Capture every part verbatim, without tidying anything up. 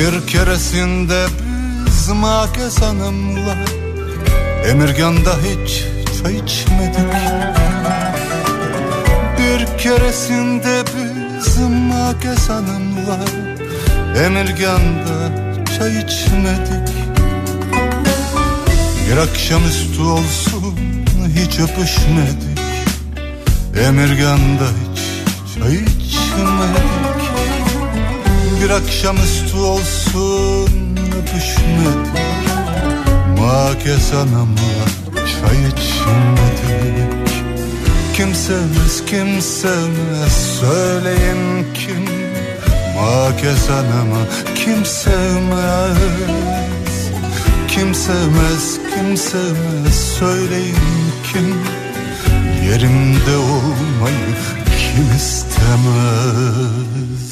Bir keresinde biz Makes Hanım'la Emirgan'da hiç çay içmedik. Bir keresinde biz Makes Hanım'la Emirgan'da çay içmedik. Bir akşamüstü olsun hiç öpüşmedik. Emirgan'da hiç çay içmedik. Bir akşamüstü olsun öpüşmedik. Makes Hanım'la çay içmedik. Kim sevmez, kim sevmez, söyleyin kim? Makes Hanım'ı kim sevmez? Kim sevmez, kim sevmez, söyleyin kim? Yerimde olmayı kim istemez?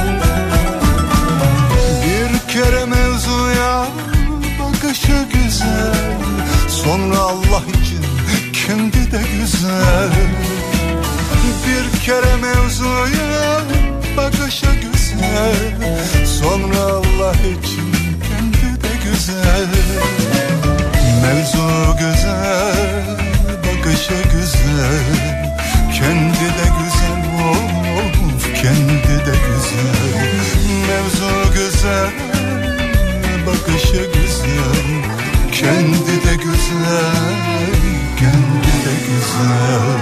Bir kere mevzuya bakışı güzel, sonra Allah için kendi de güzel. Bir kere mevzuya bakışı güzel, sonra Allah için kendi de güzel. Mevzu güzel, bakışı güzel, kendi de güzel, of kendi de güzel. Mevzu güzel, bakışı güzel, kendi de güzel, kendi de güzel.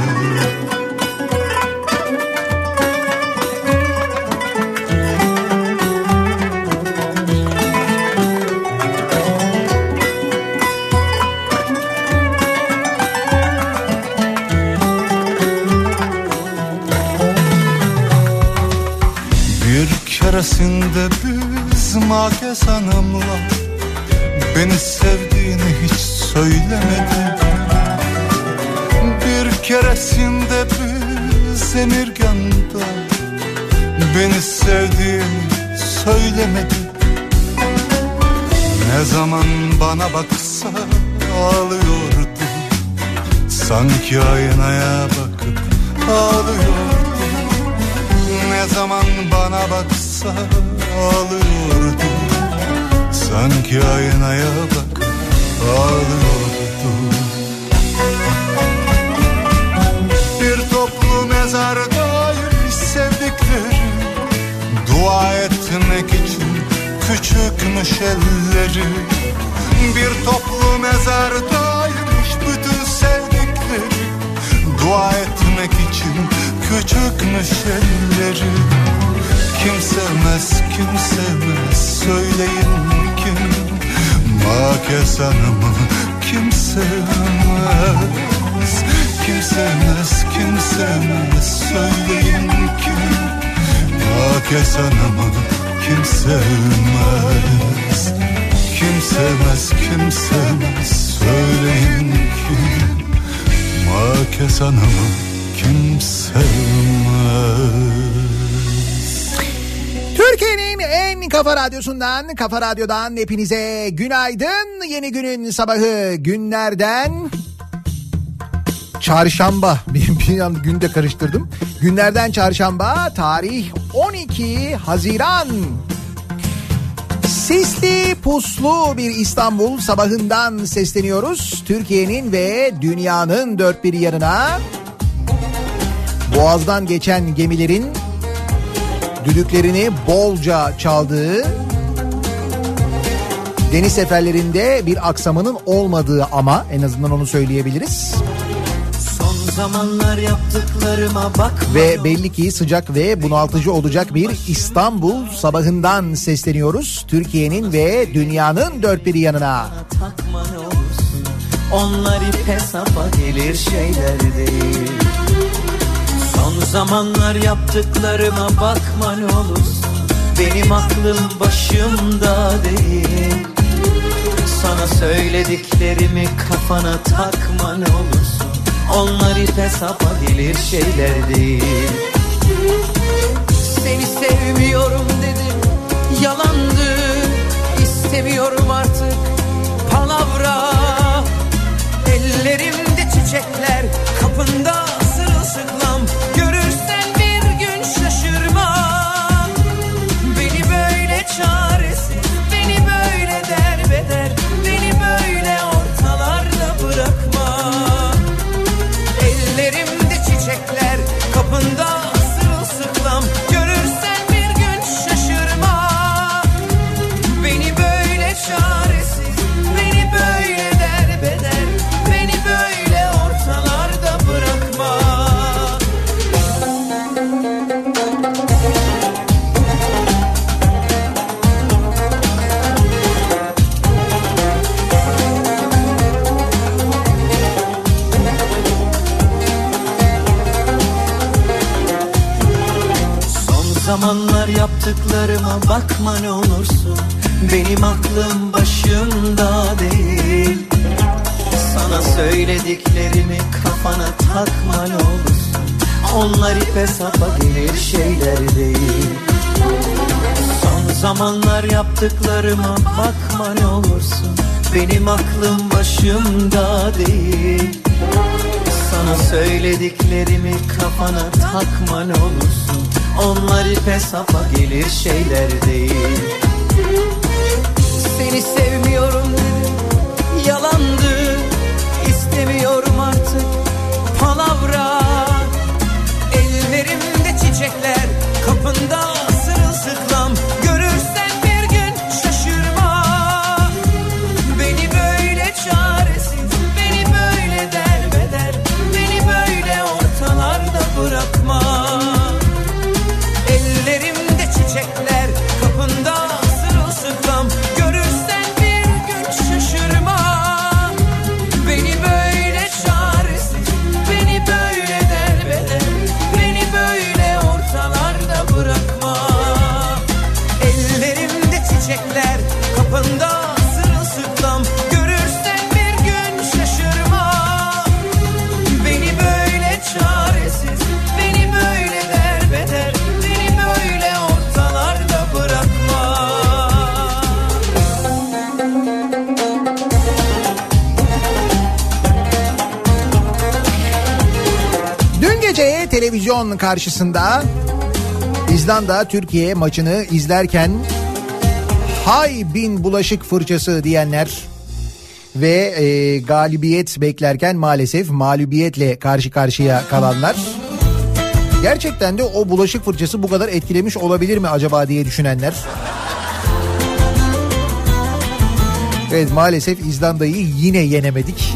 Keresinde biz Makes Hanım'la beni sevdiğini hiç söylemedi. Bir keresinde biz Emirgan'da beni sevdiğini söylemedi. Ne zaman bana baksa ağlıyordu, sanki aynaya bakıp ağlıyordu. Ne zaman bana baksa ağlıyordu, sanki aynaya bakıp ağlıyordu. Bir toplu mezardaymış sevdikleri, dua etmek için küçükmüş elleri. Bir toplu mezardaymış bütün sevdikleri, dua etmek için küçükmüş elleri. Kim sevmez, kim sevmez, söyleyin kim? Makes Hanım'ı kim sevmez? Kim sevmez, kim sevmez, söyleyin kim? Makes Hanım'ı kim sevmez? Kim sevmez, kim sevmez, söyleyin kim? Makes Hanım'ı kim sevmez? Türkiye'nin en kafa radyosundan, Kafa Radyo'dan hepinize günaydın. Yeni günün sabahı, günlerden çarşamba. Bir an günde karıştırdım. Günlerden çarşamba, tarih on iki Haziran. Sisli puslu bir İstanbul sabahından sesleniyoruz. Türkiye'nin ve dünyanın dört bir yanına. Boğaz'dan geçen gemilerin düdüklerini bolca çaldığı, deniz seferlerinde bir aksamının olmadığı, ama en azından onu söyleyebiliriz. Son zamanlar yaptıklarıma bak. Ve belli ki sıcak ve bunaltıcı olacak bir İstanbul sabahından sesleniyoruz. Türkiye'nin ve dünyanın dört bir yanına. Takma ne olursun, onlar ip hesaba gelir şeyler değil. Son zamanlar yaptıklarıma bakma ne olursun, benim aklım başımda değil. Sana söylediklerimi kafana takma ne olursun, onlar ip hesaba gelir şeyler değil. Seni sevmiyorum dedim, yalandı, istemiyorum artık palavra. Ellerimde çiçekler, kapında sırılsıklam, görürsen bir gün şaşırma. Beni böyle çaresiz zamanlar yaptıklarıma bakma ne olursun. Benim aklım başımda değil. Sana söylediklerimi kafana takma ne olursun. Onlar ipe sapa gelir şeyler değil. Son zamanlar yaptıklarıma bakma ne olursun. Benim aklım başımda değil. Sana söylediklerimi kafana takma ne olursun. Onlar ipe sapa gelir şeyler değil. Seni sevmiyorum dedim, yalandı. İstemiyorum artık palavra. Ellerimde çiçekler, kapında sırılsıklam. Görürsen bir gün şaşırma. Beni böyle çaresiz, beni böyle derbeder, beni böyle ortalarda bırakma. Ellerimde çiçekler, kapında sırılsıklam. Görürsen bir gün şaşırma. Beni böyle çaresiz, beni böyle derbeder, beni böyle ortalarda bırakma. Ellerimde çiçekler, kapında sırılsıklam. Görürsen bir gün şaşırma. Beni böyle çaresiz, beni böyle derbeder, beni böyle ortalarda bırakma. Dün gece televizyon karşısında İzlanda Türkiye maçını izlerken hay bin bulaşık fırçası diyenler ve e, galibiyet beklerken maalesef mağlubiyetle karşı karşıya kalanlar, gerçekten de o bulaşık fırçası bu kadar etkilemiş olabilir mi acaba diye düşünenler. Evet, maalesef İzlanda'yı yine yenemedik.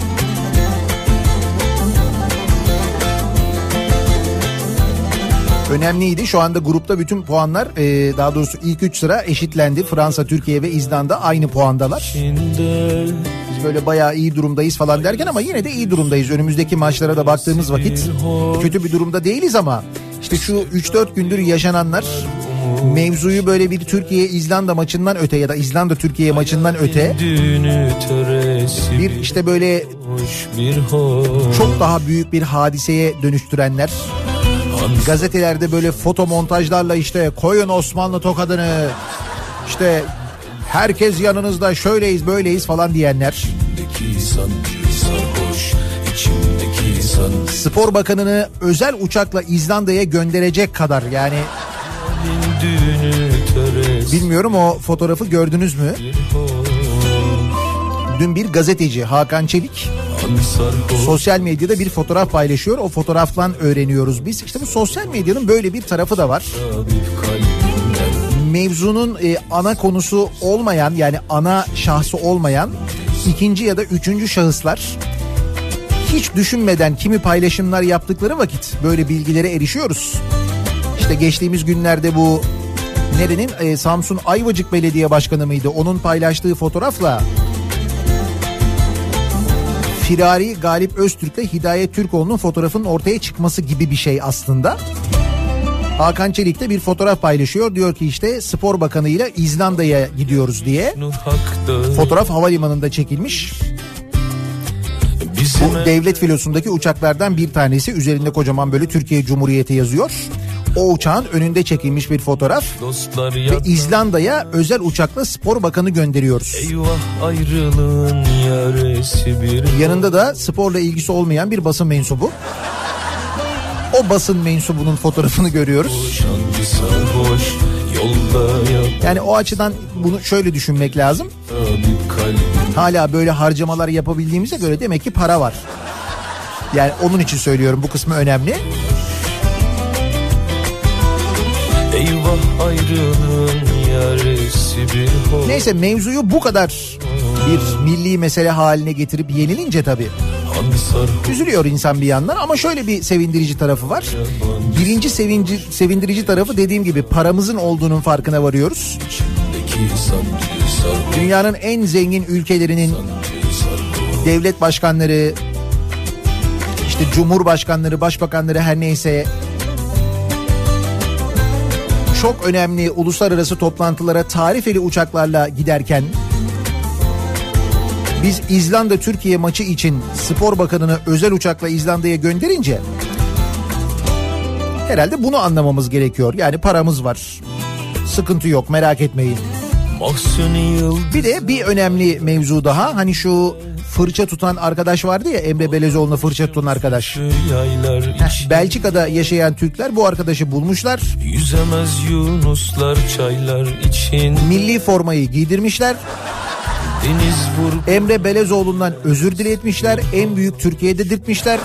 Önemliydi. Şu anda grupta bütün puanlar, e, daha doğrusu ilk üç sıra eşitlendi. Fransa, Türkiye ve İzlanda aynı puandalar. Biz böyle bayağı iyi durumdayız falan derken ama yine de iyi durumdayız. Önümüzdeki maçlara da baktığımız vakit kötü bir durumda değiliz ama işte şu üç dört gündür yaşananlar mevzuyu böyle bir Türkiye-İzlanda maçından öte ya da İzlanda-Türkiye maçından öte bir işte böyle çok daha büyük bir hadiseye dönüştürenler, gazetelerde böyle foto montajlarla işte koyun Osmanlı tokadını, işte herkes yanınızda, şöyleyiz böyleyiz falan diyenler, Spor Bakanı'nı özel uçakla İzlanda'ya gönderecek kadar, yani bilmiyorum o fotoğrafı gördünüz mü? Dün bir gazeteci Hakan Çelik sosyal medyada bir fotoğraf paylaşıyor. O fotoğraftan öğreniyoruz biz. İşte bu sosyal medyanın böyle bir tarafı da var. Mevzunun e, ana konusu olmayan, yani ana şahsı olmayan ikinci ya da üçüncü şahıslar hiç düşünmeden kimi paylaşımlar yaptıkları vakit böyle bilgilere erişiyoruz. İşte geçtiğimiz günlerde bu nerenin e, Samsun Ayvacık Belediye Başkanı mıydı? Onun paylaştığı fotoğrafla Firari Galip Öztürk'le Hidayet Türkoğlu'nun fotoğrafının ortaya çıkması gibi bir şey aslında. Hakan Çelik de bir fotoğraf paylaşıyor. Diyor ki işte Spor Bakanı ile İzlanda'ya gidiyoruz diye. Fotoğraf havalimanında çekilmiş. Bu devlet filosundaki uçaklardan bir tanesi, üzerinde kocaman böyle Türkiye Cumhuriyeti yazıyor. O uçağın önünde çekilmiş bir fotoğraf ve İzlanda'ya özel uçakla Spor Bakanı gönderiyoruz. Bir... Yanında da sporla ilgisi olmayan bir basın mensubu. O basın mensubunun fotoğrafını görüyoruz. Yani o açıdan bunu şöyle düşünmek lazım. Hala böyle harcamalar yapabildiğimize göre demek ki para var. Yani onun için söylüyorum, bu kısmı önemli. Eyvah ayrılığın yaresi bir hor. Neyse, mevzuyu bu kadar bir milli mesele haline getirip yenilince tabii üzülüyor insan bir yandan, ama şöyle bir sevindirici tarafı var. Birinci sevinci, sevindirici tarafı dediğim gibi paramızın olduğunun farkına varıyoruz. Dünyanın en zengin ülkelerinin devlet başkanları, işte cumhurbaşkanları, başbakanları, her neyse çok önemli uluslararası toplantılara tarifeli uçaklarla giderken biz İzlanda-Türkiye maçı için Spor Bakanı'nı özel uçakla İzlanda'ya gönderince herhalde bunu anlamamız gerekiyor. Yani paramız var, sıkıntı yok, merak etmeyin. Bir de bir önemli mevzu daha, hani şu fırça tutan arkadaş vardı ya, Emre Belezoğlu'na fırça tutan arkadaş. Heh, Belçika'da yaşayan Türkler bu arkadaşı bulmuşlar. Yüzemez yunuslar çaylar için. Milli formayı giydirmişler. Emre Belezoğlu'ndan özür diletmişler. En büyük Türkiye dedirtmişler.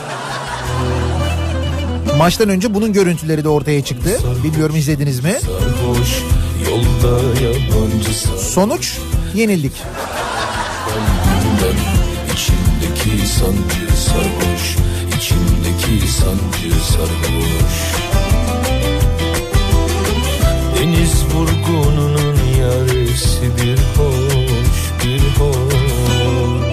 Maçtan önce bunun görüntüleri de ortaya çıktı. Bilmiyorum izlediniz mi? Sarhoş, yolda yabancı. Sonuç yenildik. İçimdeki sancı sarhoş, içimdeki sancı sarhoş. Deniz vurgununun yarısı bir hoş, bir hoş.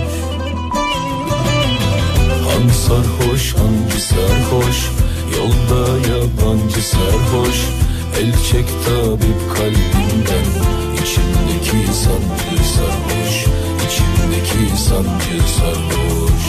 Han sarhoş, hancı sarhoş, yolda yabancı sarhoş. El çek tabip kalbimden, içimdeki sancı sarhoş, içimdeki sancı sarhoş.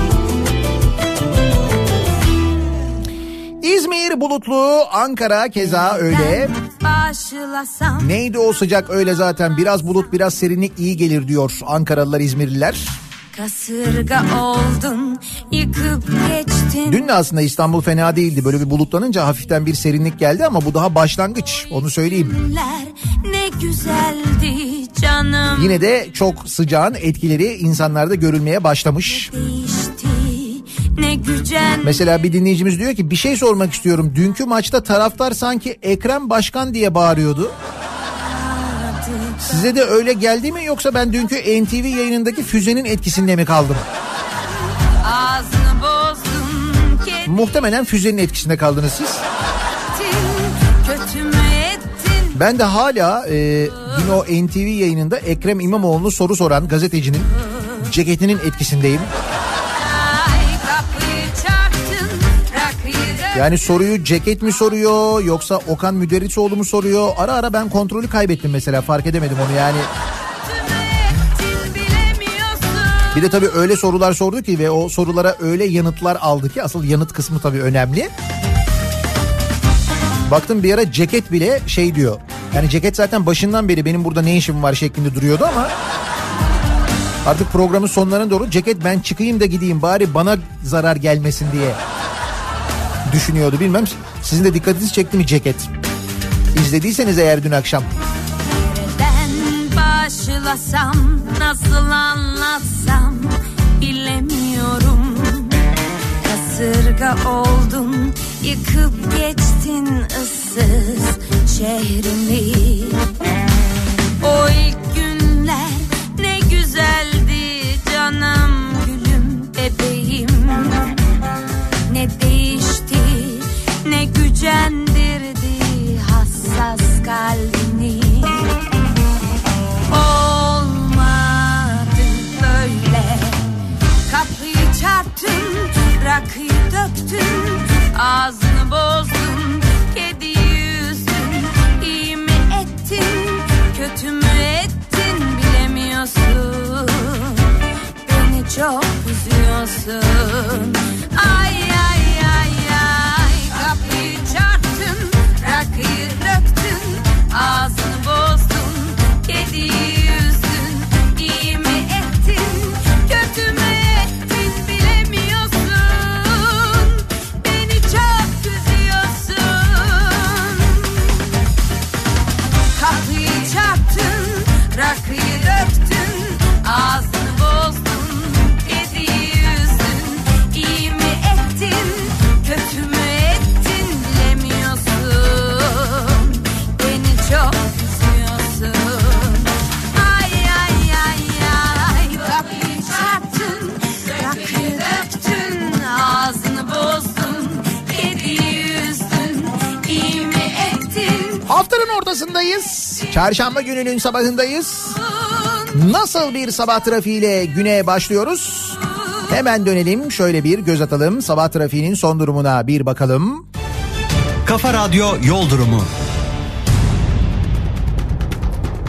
İzmir bulutlu, Ankara keza öyle. Neydi o sıcak öyle zaten, biraz bulut biraz serinlik iyi gelir diyor Ankaralılar, İzmirliler. Kasırga oldun, yıkıp geçtin. Dün de aslında İstanbul fena değildi, böyle bir bulutlanınca hafiften bir serinlik geldi ama bu daha başlangıç, onu söyleyeyim. Ne güzeldi canım. Yine de çok sıcağın etkileri insanlarda görülmeye başlamış. Değişti, ne gücen. Mesela bir dinleyicimiz diyor ki bir şey sormak istiyorum. Dünkü maçta taraftar sanki Ekrem Başkan diye bağırıyordu. Size de öyle geldi mi, yoksa ben dünkü N T V yayınındaki füzenin etkisinde mi kaldım? Ağzını bozdun, Muhtemelen füzenin etkisinde kaldınız siz. Kötü mü ettin? Ben de hala e, yine o N T V yayınında Ekrem İmamoğlu'nu soru soran gazetecinin ceketinin etkisindeyim. Yani soruyu ceket mi soruyor yoksa Okan Müderrisoğlu mu soruyor? Ara ara ben kontrolü kaybettim mesela, fark edemedim onu yani. Bir de tabii öyle sorular sordu ki ve o sorulara öyle yanıtlar aldı ki asıl yanıt kısmı tabii önemli. Baktım bir ara ceket bile şey diyor. Yani ceket zaten başından beri benim burada ne işim var şeklinde duruyordu ama artık programın sonlarına doğru ceket ben çıkayım da gideyim bari bana zarar gelmesin diye düşünüyordu. Bilmem sizin de dikkatinizi çekti mi ceket? İzlediyseniz eğer dün akşam. Nereden başlasam, nasıl anlatsam bilemiyorum. Kasırga oldun, yıkıp geçtin ıssız şehrimi. O ilk günler ne güzeldi canım, gülüm, bebeğim. Ne değişti, ne gücendirdi hassas kalbini. Olmadı böyle, kapıyı çarptın, rakıyı döktün, ağzını bozdun, kediyi üzdün. İyi mi ettin, kötü mü ettin bilemiyorsun. Beni çok üzüyorsun. Ay ay ay ay, kapıyı çarptın, rakıyı döktün, ağzını bozdun, kediyi üzdün. İyi mi ettin, kötü mü ettin bilemiyorsun. Beni çok üzüyorsun. Kapıyı çarptın, rakıyı döktün, ağzını bozdun, kediyi üzdün. İyi mi ettin, kötü mü ettin bilemiyorsun. Beni çok üzüyorsun. Ay ay ay ay, kapıyı çarptın, rakıyı döktün, ağzını bozdun, kediyi üzdün. İyi mi ettin? Haftanın ortasındayız. Çarşamba gününün sabahındayız. Nasıl bir sabah trafiğiyle güne başlıyoruz? Hemen dönelim, şöyle bir göz atalım. Sabah trafiğinin son durumuna bir bakalım. Kafa Radyo Yol Durumu.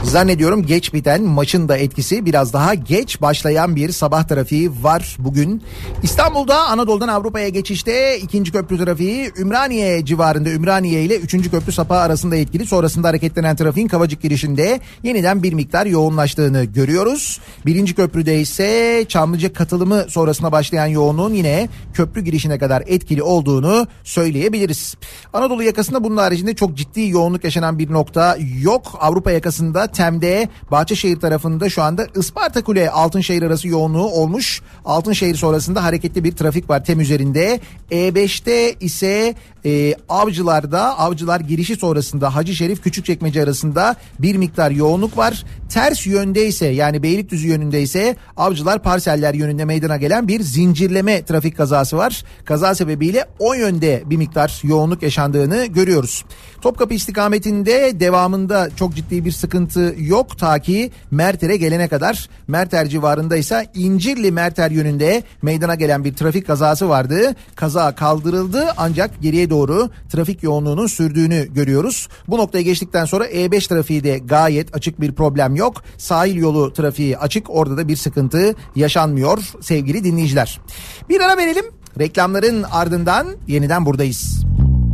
Zannediyorum geç biten maçın da etkisi, biraz daha geç başlayan bir sabah trafiği var bugün. İstanbul'da Anadolu'dan Avrupa'ya geçişte ikinci köprü trafiği Ümraniye civarında, Ümraniye ile üçüncü köprü sapağı arasında etkili. Sonrasında hareketlenen trafiğin Kavacık girişinde yeniden bir miktar yoğunlaştığını görüyoruz. Birinci köprüde ise Çamlıca katılımı sonrasında başlayan yoğunluğun yine köprü girişine kadar etkili olduğunu söyleyebiliriz. Anadolu yakasında bunun haricinde çok ciddi yoğunluk yaşanan bir nokta yok. Avrupa yakasında Tem'de, Bahçeşehir tarafında şu anda Isparta Kule Altınşehir arası yoğunluğu olmuş. Altınşehir sonrasında hareketli bir trafik var Tem üzerinde. E beşte ise e, Avcılar'da, Avcılar girişi sonrasında Hacı Şerif Küçükçekmece arasında bir miktar yoğunluk var. Ters yönde ise, yani Beylikdüzü yönünde ise Avcılar Parseller yönünde meydana gelen bir zincirleme trafik kazası var. Kaza sebebiyle o yönde bir miktar yoğunluk yaşandığını görüyoruz. Topkapı istikametinde devamında çok ciddi bir sıkıntı yok ta ki Merter'e gelene kadar. Merter civarında ise İncirli Merter yönünde meydana gelen bir trafik kazası vardı. Kaza kaldırıldı ancak geriye doğru trafik yoğunluğunun sürdüğünü görüyoruz. Bu noktaya geçtikten sonra E beş trafiği de gayet açık, bir problem yok. Sahil yolu trafiği açık, orada da bir sıkıntı yaşanmıyor sevgili dinleyiciler. Bir ara verelim, reklamların ardından yeniden buradayız.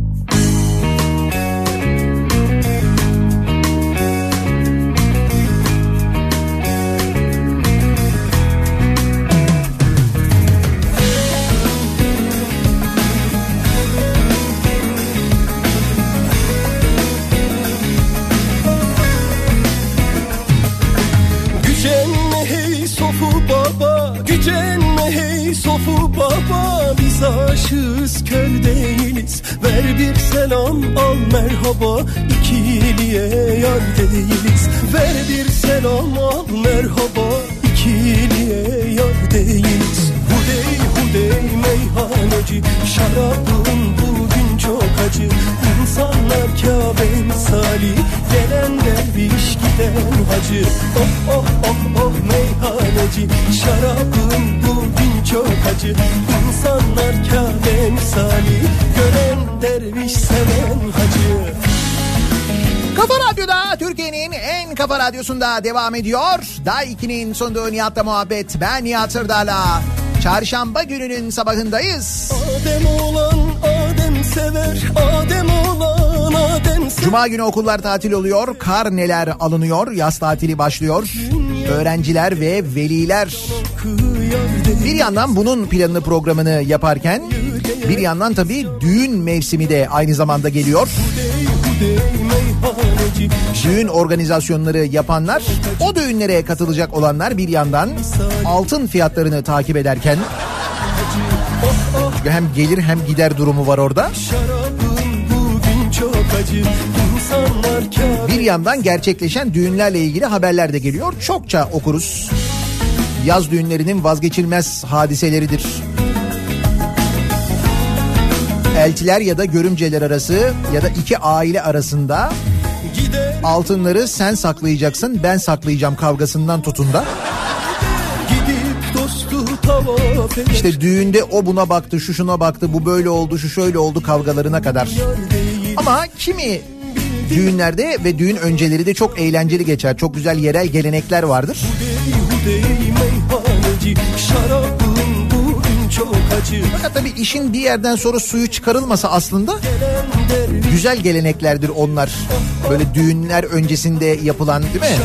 Sofu baba, biz aşığız kör değiliz. Ver bir selam al merhaba, ikiliye yar değiliz. Ver bir selam al merhaba, ikiliye yar değiliz. Hudey hudey meyhaneci, şarabın bugün çok acı. İnsanlar Kabe misali, gelen derviş giden hacı. Oh oh oh oh meyhaneci, şarabın bugün çok acı. İnsanlar Kabe misali, gören derviş seven hacı. Kafa Radyo'da, Türkiye'nin en kafa radyosunda devam ediyor. Day iki'nin sunduğu Nihat'la muhabbet. Ben Nihat Sırdar'la. Çarşamba gününün sabahındayız. Adem olan Adem sever, Adem olan Adem sever. Cuma günü okullar tatil oluyor, karneler alınıyor, yaz tatili başlıyor. Öğrenciler ve veliler bir yandan bunun planını programını yaparken bir yandan tabii düğün mevsimi de aynı zamanda geliyor. Düğün organizasyonları yapanlar, o düğünlere katılacak olanlar bir yandan altın fiyatlarını takip ederken, çünkü hem gelir hem gider durumu var orada. Bir yandan gerçekleşen düğünlerle ilgili haberler de geliyor. Çokça okuruz. Yaz düğünlerinin vazgeçilmez hadiseleridir. Eltiler ya da görümceler arası ya da iki aile arasında altınları sen saklayacaksın, ben saklayacağım kavgasından tutun da. İşte düğünde o buna baktı, şu şuna baktı, bu böyle oldu, şu şöyle oldu kavgalarına kadar. Ama kimi düğünlerde ve düğün önceleri de çok eğlenceli geçer. Çok güzel yerel gelenekler vardır. Fakat tabii işin bir yerden sonra suyu çıkarılmasa aslında güzel geleneklerdir onlar. Böyle düğünler öncesinde yapılan, değil mi?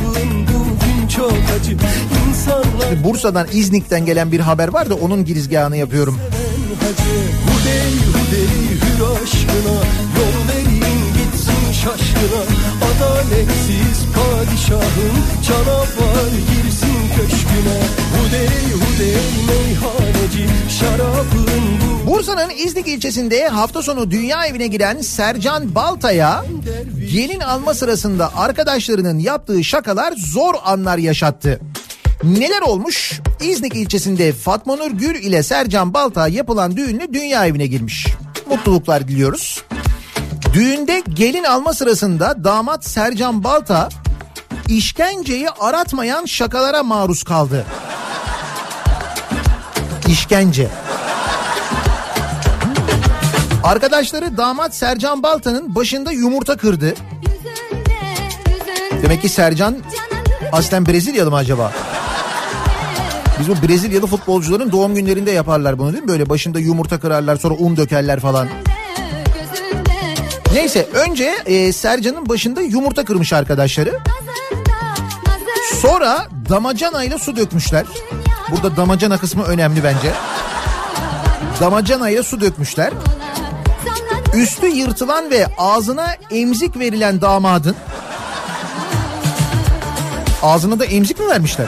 Bursa'dan, İznik'ten gelen bir haber var da onun girizgahını yapıyorum. Şaşkına adaletsiz padişahın canavar girsin köşküne. Hudey hudey meyhaneci şarabın bu. Bursa'nın İznik ilçesinde hafta sonu dünya evine giren Sercan Balta'ya gelin alma sırasında arkadaşlarının yaptığı şakalar zor anlar yaşattı. Neler olmuş? İznik ilçesinde Fatma Nur Gül ile Sercan Balta yapılan düğünle dünya evine girmiş. Mutluluklar diliyoruz. Düğünde gelin alma sırasında damat Sercan Balta işkenceyi aratmayan şakalara maruz kaldı. İşkence. Arkadaşları damat Sercan Balta'nın başında yumurta kırdı. Demek ki Sercan aslen Brezilyalı mı acaba? Biz bu Brezilyalı futbolcuların doğum günlerinde yaparlar bunu değil mi? Böyle başında yumurta kırarlar, sonra un dökerler falan. Neyse önce e, Sercan'ın başında yumurta kırmış arkadaşları. Sonra damacanayla su dökmüşler. Burada damacana kısmı önemli bence. Damacanayla su dökmüşler. Üstü yırtılan ve ağzına emzik verilen damadın... Ağzına da emzik mi vermişler?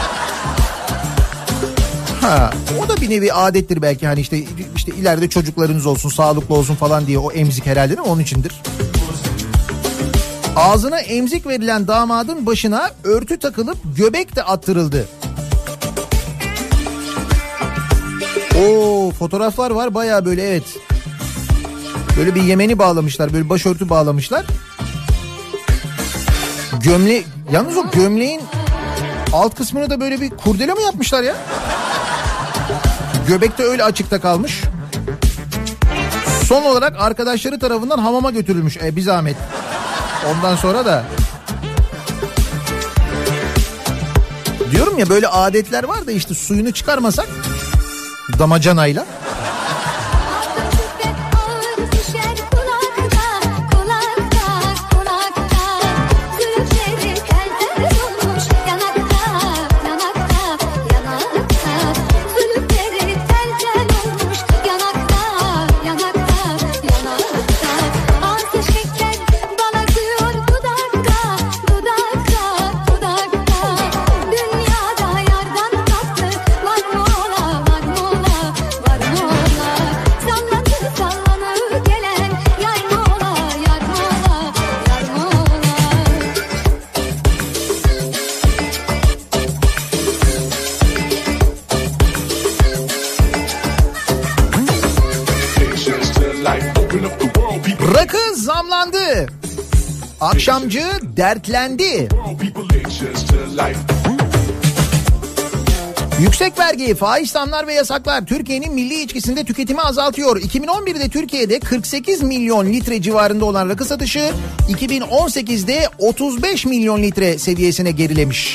Ha, o da bir nevi adettir belki, hani işte işte ileride çocuklarınız olsun, sağlıklı olsun falan diye o emzik herhalde, değil mi? Onun içindir. Ağzına emzik verilen damadın başına örtü takılıp göbek de attırıldı. Oo, fotoğraflar var bayağı böyle, evet. Böyle bir yemeni bağlamışlar, böyle başörtü bağlamışlar. Gömle, yalnız o gömleğin alt kısmını da böyle bir kurdele mi yapmışlar ya? Göbek de öyle açıkta kalmış. Son olarak arkadaşları tarafından hamama götürülmüş. E bir zahmet. Ondan sonra da... Diyorum ya, böyle adetler var da işte suyunu çıkarmasak damacanayla. Rakı zamlandı. Akşamcı dertlendi. Yüksek vergi, faiz zamlar ve yasaklar Türkiye'nin milli içkisinde tüketimi azaltıyor. iki bin on birde Türkiye'de kırk sekiz milyon litre civarında olan rakı satışı iki bin on sekizde otuz beş milyon litre seviyesine gerilemiş.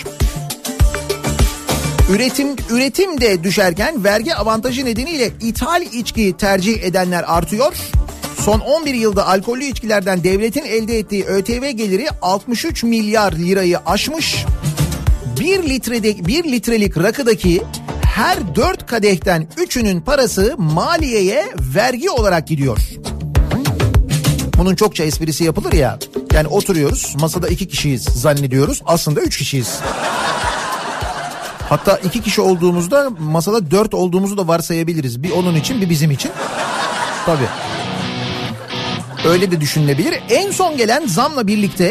Üretim üretim de düşerken vergi avantajı nedeniyle ithal içki tercih edenler artıyor. Son on bir yılda alkollü içkilerden devletin elde ettiği ÖTV geliri altmış üç milyar lirayı aşmış. bir litrede bir litrelik rakıdaki her dört kadehten üçünün parası maliyeye vergi olarak gidiyor. Bunun çokça esprisi yapılır ya. Yani oturuyoruz, masada iki kişiyiz zannediyoruz. Aslında üç kişiyiz. Hatta iki kişi olduğumuzda masada dört olduğumuzu da varsayabiliriz. Bir onun için, bir bizim için. Tabii. Öyle de düşünülebilir. En son gelen zamla birlikte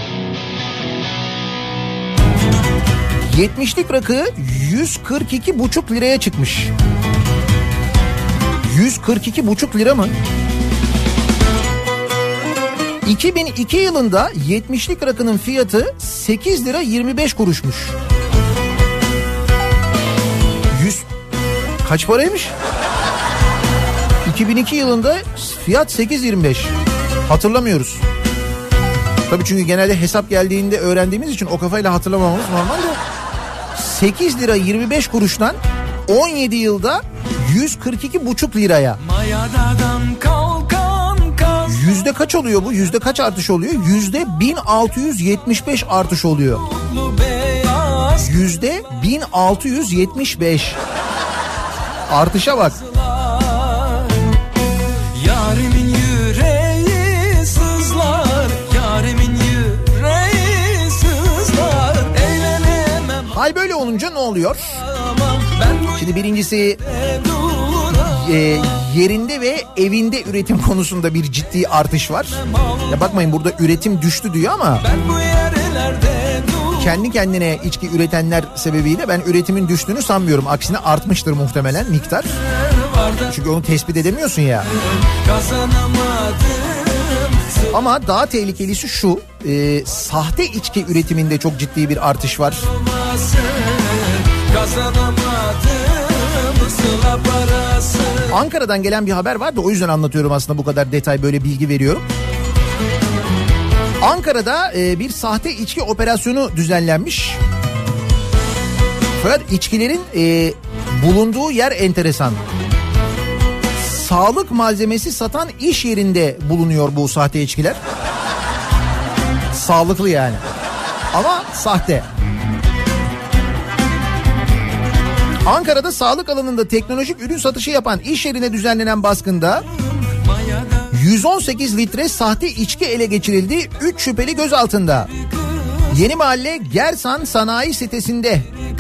yetmişlik rakı yüz kırk iki buçuk liraya çıkmış. yüz kırk iki buçuk lira mı? iki bin iki yılında yetmişlik rakının fiyatı sekiz lira yirmi beş kuruşmuş. yüz kaç paraymış? iki bin iki yılında fiyat sekiz yirmi beş. Hatırlamıyoruz. Tabii çünkü genelde hesap geldiğinde öğrendiğimiz için o kafayla hatırlamamamız normal de. sekiz lira yirmi beş kuruştan on yedi yılda yüz kırk iki buçuk liraya. Yüzde kaç oluyor bu? Yüzde kaç artış oluyor? Yüzde bin altı yüz yetmiş beş artış oluyor. Yüzde bin altı yüz yetmiş beş. Artışa bak. Yarimin yüreği sızlar, yarimin yüreği sızlar, eğlenemem. Hal böyle olunca ne oluyor? Şimdi birincisi e, yerinde ve evinde üretim konusunda bir ciddi artış var. Ya bakmayın, burada üretim düştü diyor ama kendi kendine içki üretenler sebebiyle ben üretimin düştüğünü sanmıyorum. Aksine artmıştır muhtemelen miktar. Çünkü onu tespit edemiyorsun ya. Ama daha tehlikelisi şu, e, sahte içki üretiminde çok ciddi bir artış var. Ankara'dan gelen bir haber var da o yüzden anlatıyorum aslında, bu kadar detay böyle bilgi veriyorum. Ankara'da e, bir sahte içki operasyonu düzenlenmiş. Fakat içkilerin e, bulunduğu yer enteresan. Sağlık malzemesi satan iş yerinde bulunuyor bu sahte içkiler. Sağlıklı yani. Ama sahte. Ankara'da sağlık alanında teknolojik ürün satışı yapan iş yerine düzenlenen baskında yüz on sekiz litre sahte içki ele geçirildi. üç şüpheli gözaltında. Yeni Mahalle Gersan Sanayi sitesinde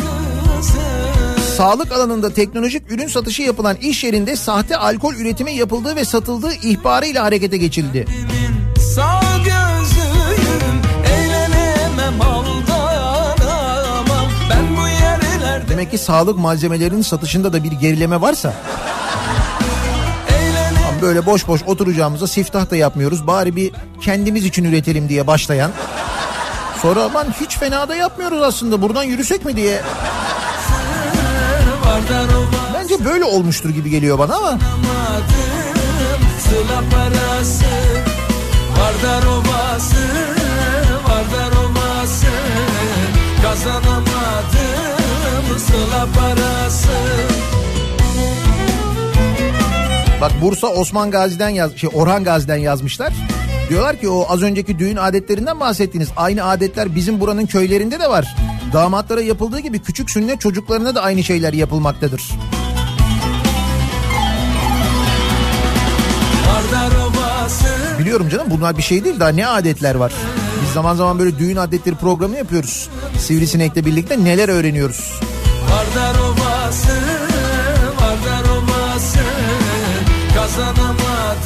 sağlık alanında teknolojik ürün satışı yapılan iş yerinde sahte alkol üretimi yapıldığı ve satıldığı ihbarıyla harekete geçildi. Sağ gözlüyüm, eğlenemem, aldanamam. Ben bu yerlerde... Demek ki sağlık malzemelerinin satışında da bir gerileme varsa... Böyle boş boş oturacağımıza siftah da yapmıyoruz. Bari bir kendimiz için üretelim diye başlayan. Sonra aman hiç fena da yapmıyoruz aslında. Buradan yürüsek mi diye. Bence böyle olmuştur gibi geliyor bana ama. Sıla parası, Vardar Ovası, Vardar Ovası, kazanamadım sıla parası. Bak Bursa Osman Gazi'den yaz, şey Orhan Gazi'den yazmışlar. Diyorlar ki o az önceki düğün adetlerinden bahsettiniz. Aynı adetler bizim buranın köylerinde de var. Damatlara yapıldığı gibi küçük sünnet çocuklarına da aynı şeyler yapılmaktadır. Biliyorum canım, bunlar bir şey değil, daha ne adetler var. Biz zaman zaman böyle düğün adetleri programı yapıyoruz. Sivrisinek'le birlikte neler öğreniyoruz. Vardar Ovası, Vardar Ovası, kazanamadım.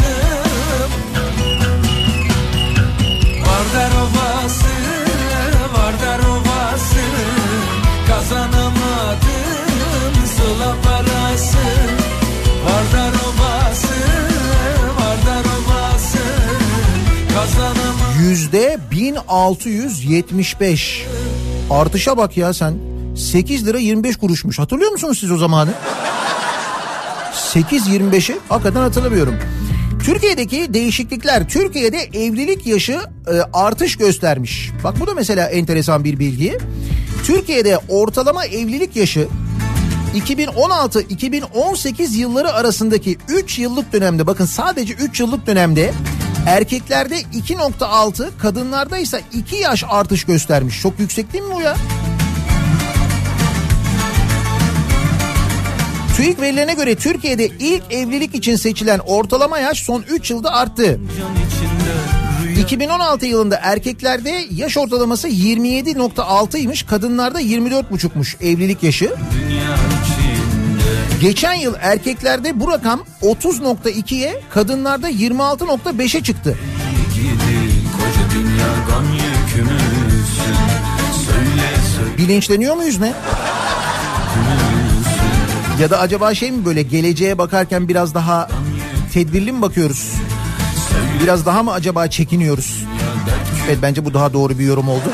Vardar Ovası, Vardar Ovası, kazanamadım sıla parası. Vardar Ovası, Vardar Ovası, kazanamadım. Yüzde bin altı yüz yetmiş beş. Artışa bak ya sen. sekiz lira yirmi beş kuruşmuş. Hatırlıyor musunuz siz o zamanı? sekiz yirmi beşi hakikaten hatırlamıyorum. Türkiye'deki değişiklikler, Türkiye'de evlilik yaşı e, artış göstermiş. Bak bu da mesela enteresan bir bilgi. Türkiye'de ortalama evlilik yaşı iki bin on altı iki bin on sekiz yılları arasındaki üç yıllık dönemde, bakın sadece üç yıllık dönemde erkeklerde iki nokta altı, kadınlarda ise iki yaş artış göstermiş. Çok yüksek değil mi bu ya? TÜİK verilerine göre Türkiye'de ilk evlilik için seçilen ortalama yaş son üç yılda arttı. iki bin on altı yılında erkeklerde yaş ortalaması yirmi yedi nokta altıymış, kadınlarda yirmi dört buçukmuş evlilik yaşı. Geçen yıl erkeklerde bu rakam otuz nokta ikiye, kadınlarda yirmi altı nokta beşe çıktı. Bilinçleniyor muyuz ne? Ya da acaba şey mi, böyle geleceğe bakarken biraz daha tedbirli mi bakıyoruz? Biraz daha mı acaba çekiniyoruz? Evet, bence bu daha doğru bir yorum oldu.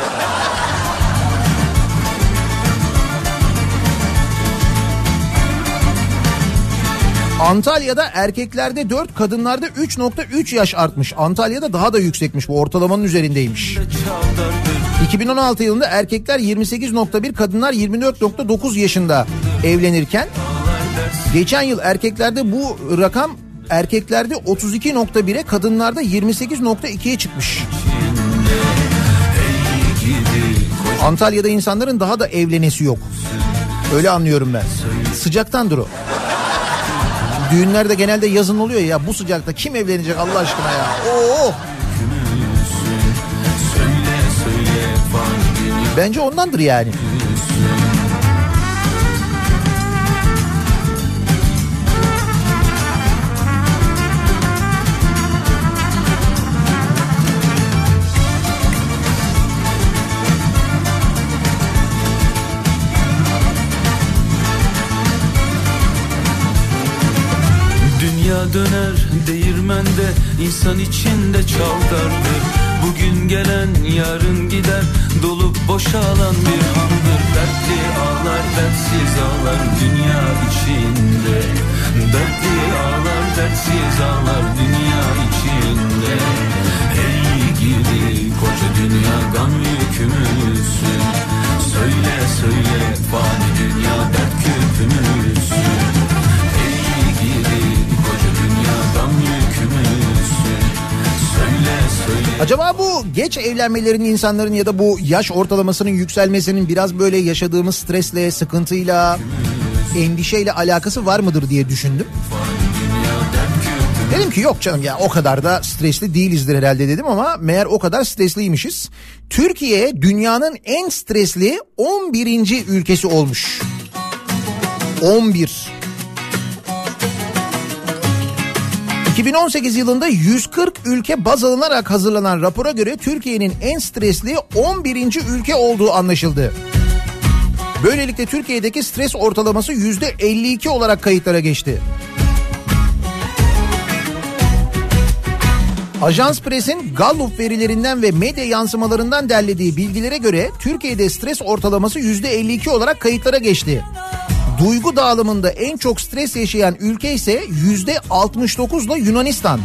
Antalya'da erkeklerde dört, kadınlarda üç nokta üç yaş artmış. Antalya'da daha da yüksekmiş, bu ortalamanın üzerindeymiş. iki bin on altı yılında erkekler yirmi sekiz nokta bir, kadınlar yirmi dört nokta dokuz yaşında evlenirken geçen yıl erkeklerde bu rakam erkeklerde otuz iki nokta bire, kadınlarda yirmi sekiz nokta ikiye çıkmış. Antalya'da insanların daha da evlenesi yok. Öyle anlıyorum ben. Sıcaktandır o. Düğünlerde genelde yazın oluyor ya, bu sıcakta kim evlenecek Allah aşkına ya? Oo! Bence ondandır yani. Dünya döner değirmende, insan içinde çaldardır. Bugün gelen yarın gider, dolup boşalan bir handır. Dertli ağlar, dertsiz ağlar dünya içinde. Dertli ağlar, dertsiz ağlar dünya içinde. Ey gidi koca Acaba bu geç evlenmelerin insanların ya da bu yaş ortalamasının yükselmesinin biraz böyle yaşadığımız stresle, sıkıntıyla, endişeyle alakası var mıdır diye düşündüm. Dedim ki yok canım ya o kadar da stresli değilizdir herhalde dedim ama meğer o kadar stresliymişiz. Türkiye dünyanın en stresli on birinci ülkesi olmuş. on bir. iki bin on sekiz yılında yüz kırk ülke baz alınarak hazırlanan rapora göre Türkiye'nin en stresli on birinci ülke olduğu anlaşıldı. Böylelikle Türkiye'deki stres ortalaması yüzde elli iki olarak kayıtlara geçti. Ajans Press'in Gallup verilerinden ve medya yansımalarından derlediği bilgilere göre Türkiye'de stres ortalaması yüzde elli iki olarak kayıtlara geçti. Duygu dağılımında en çok stres yaşayan ülke ise yüzde altmış dokuzla Yunanistan.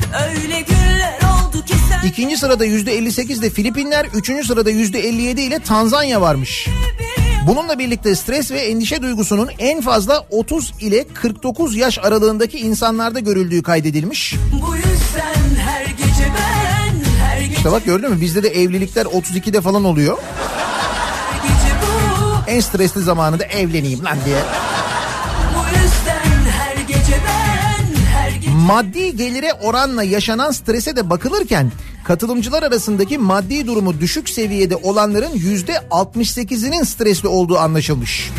Sen... İkinci sırada yüzde elli sekizle Filipinler, üçüncü sırada yüzde elli yedi ile Tanzanya varmış. Bununla birlikte stres ve endişe duygusunun en fazla otuz ile kırk dokuz yaş aralığındaki insanlarda görüldüğü kaydedilmiş. Bu yüzden her gece ben, her gece... İşte bak gördün mü bizde de evlilikler otuz ikide falan oluyor. En stresli zamanında evleneyim lan diye. Bu yüzden her gece ben, her gece... Maddi gelire oranla yaşanan strese de bakılırken katılımcılar arasındaki maddi durumu düşük seviyede olanların yüzde altmış sekizinin stresli olduğu anlaşılmış.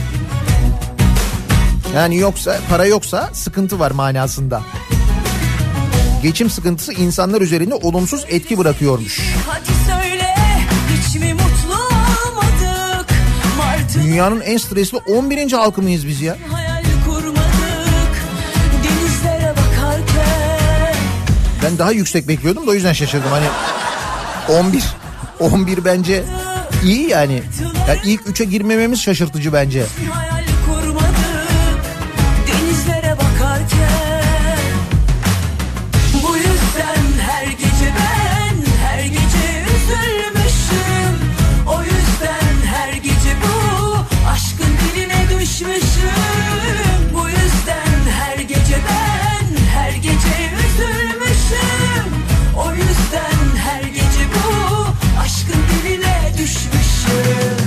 Yani yoksa para yoksa sıkıntı var manasında. Geçim sıkıntısı insanlar üzerinde olumsuz etki bırakıyormuş. Hadi söyle, hiç mi mutlu olmadık? Martı... Dünyanın en stresli on birinci halkı mıyız biz ya? Hayal kurmadık, denizlere bakarken... Ben daha yüksek bekliyordum da o yüzden şaşırdım. Hani on bir on bir bence iyi yani. Yani ilk üçe girmememiz şaşırtıcı bence. Hayal kurmadık, denizlere bakarken. Bu yüzden her gece ben, her gece üzülmüşüm. O yüzden her gece bu aşkın diline düşmüşüm. Bu yüzden her gece ben, her gece üzülmüşüm. O yüzden her gece bu aşkın diline düşmüşüm.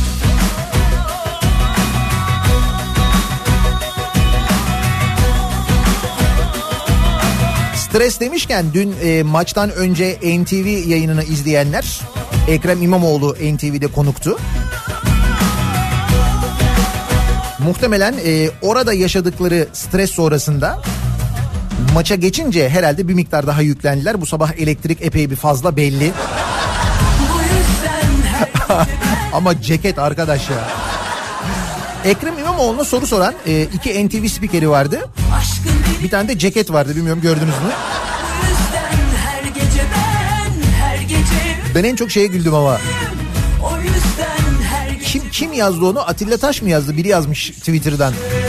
Stres demişken dün e, maçtan önce N T V yayınını izleyenler, Ekrem İmamoğlu N T V'de konuktu. Muhtemelen e, orada yaşadıkları stres sonrasında maça geçince herhalde bir miktar daha yüklendiler. Bu sabah elektrik epey bir fazla belli. Ama ceket arkadaş ya. Ekrem İmamoğlu'na soru soran e, iki N T V spikeri vardı. Bir tane de ceket vardı, bilmiyorum gördünüz mü? Ben en çok şeye güldüm ama. Kim kim yazdı onu? Atilla Taş mı yazdı? Biri yazmış Twitter'dan.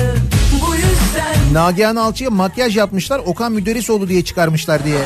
Nagihan Alçı'ya makyaj yapmışlar, Okan Müderrisoğlu diye çıkarmışlar diye.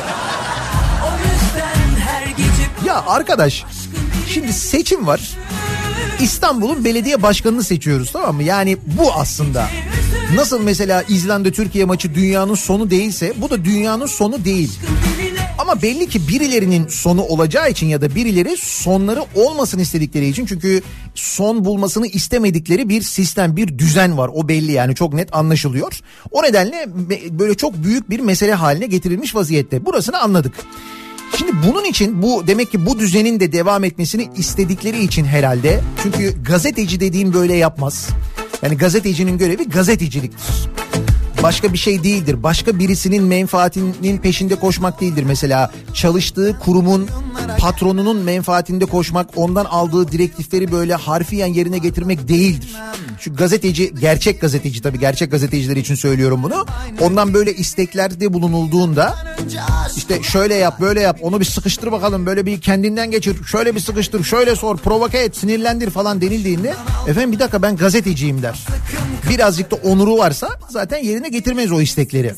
Ya arkadaş, şimdi seçim var. İstanbul'un belediye başkanını seçiyoruz, tamam mı? Yani bu aslında. Nasıl mesela İzlanda Türkiye maçı dünyanın sonu değilse, bu da dünyanın sonu değil. Ama belli ki birilerinin sonu olacağı için ya da birileri sonları olmasın istedikleri için, çünkü son bulmasını istemedikleri bir sistem, bir düzen var, o belli yani, çok net anlaşılıyor. O nedenle böyle çok büyük bir mesele haline getirilmiş vaziyette. Burasını anladık. Şimdi bunun için, bu demek ki bu düzenin de devam etmesini istedikleri için herhalde, çünkü gazeteci dediğim böyle yapmaz. Yani gazetecinin görevi gazeteciliktir. Başka bir şey değildir. Başka birisinin menfaatinin peşinde koşmak değildir. Mesela çalıştığı kurumun patronunun menfaatinde koşmak, ondan aldığı direktifleri böyle harfiyen yerine getirmek değildir. Şu gazeteci, gerçek gazeteci, tabii gerçek gazeteciler için söylüyorum bunu. Ondan böyle isteklerde bulunulduğunda, işte şöyle yap, böyle yap, onu bir sıkıştır bakalım, böyle bir kendinden geçir, şöyle bir sıkıştır, şöyle sor, provoke et, sinirlendir falan denildiğinde, efendim bir dakika ben gazeteciyim der. Birazcık da onuru varsa zaten yerine getirmez o istekleri.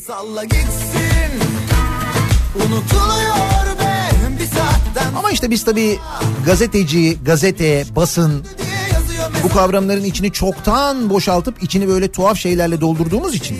Ama işte biz tabii gazeteci, gazete, basın, bu kavramların içini çoktan boşaltıp içini böyle tuhaf şeylerle doldurduğumuz için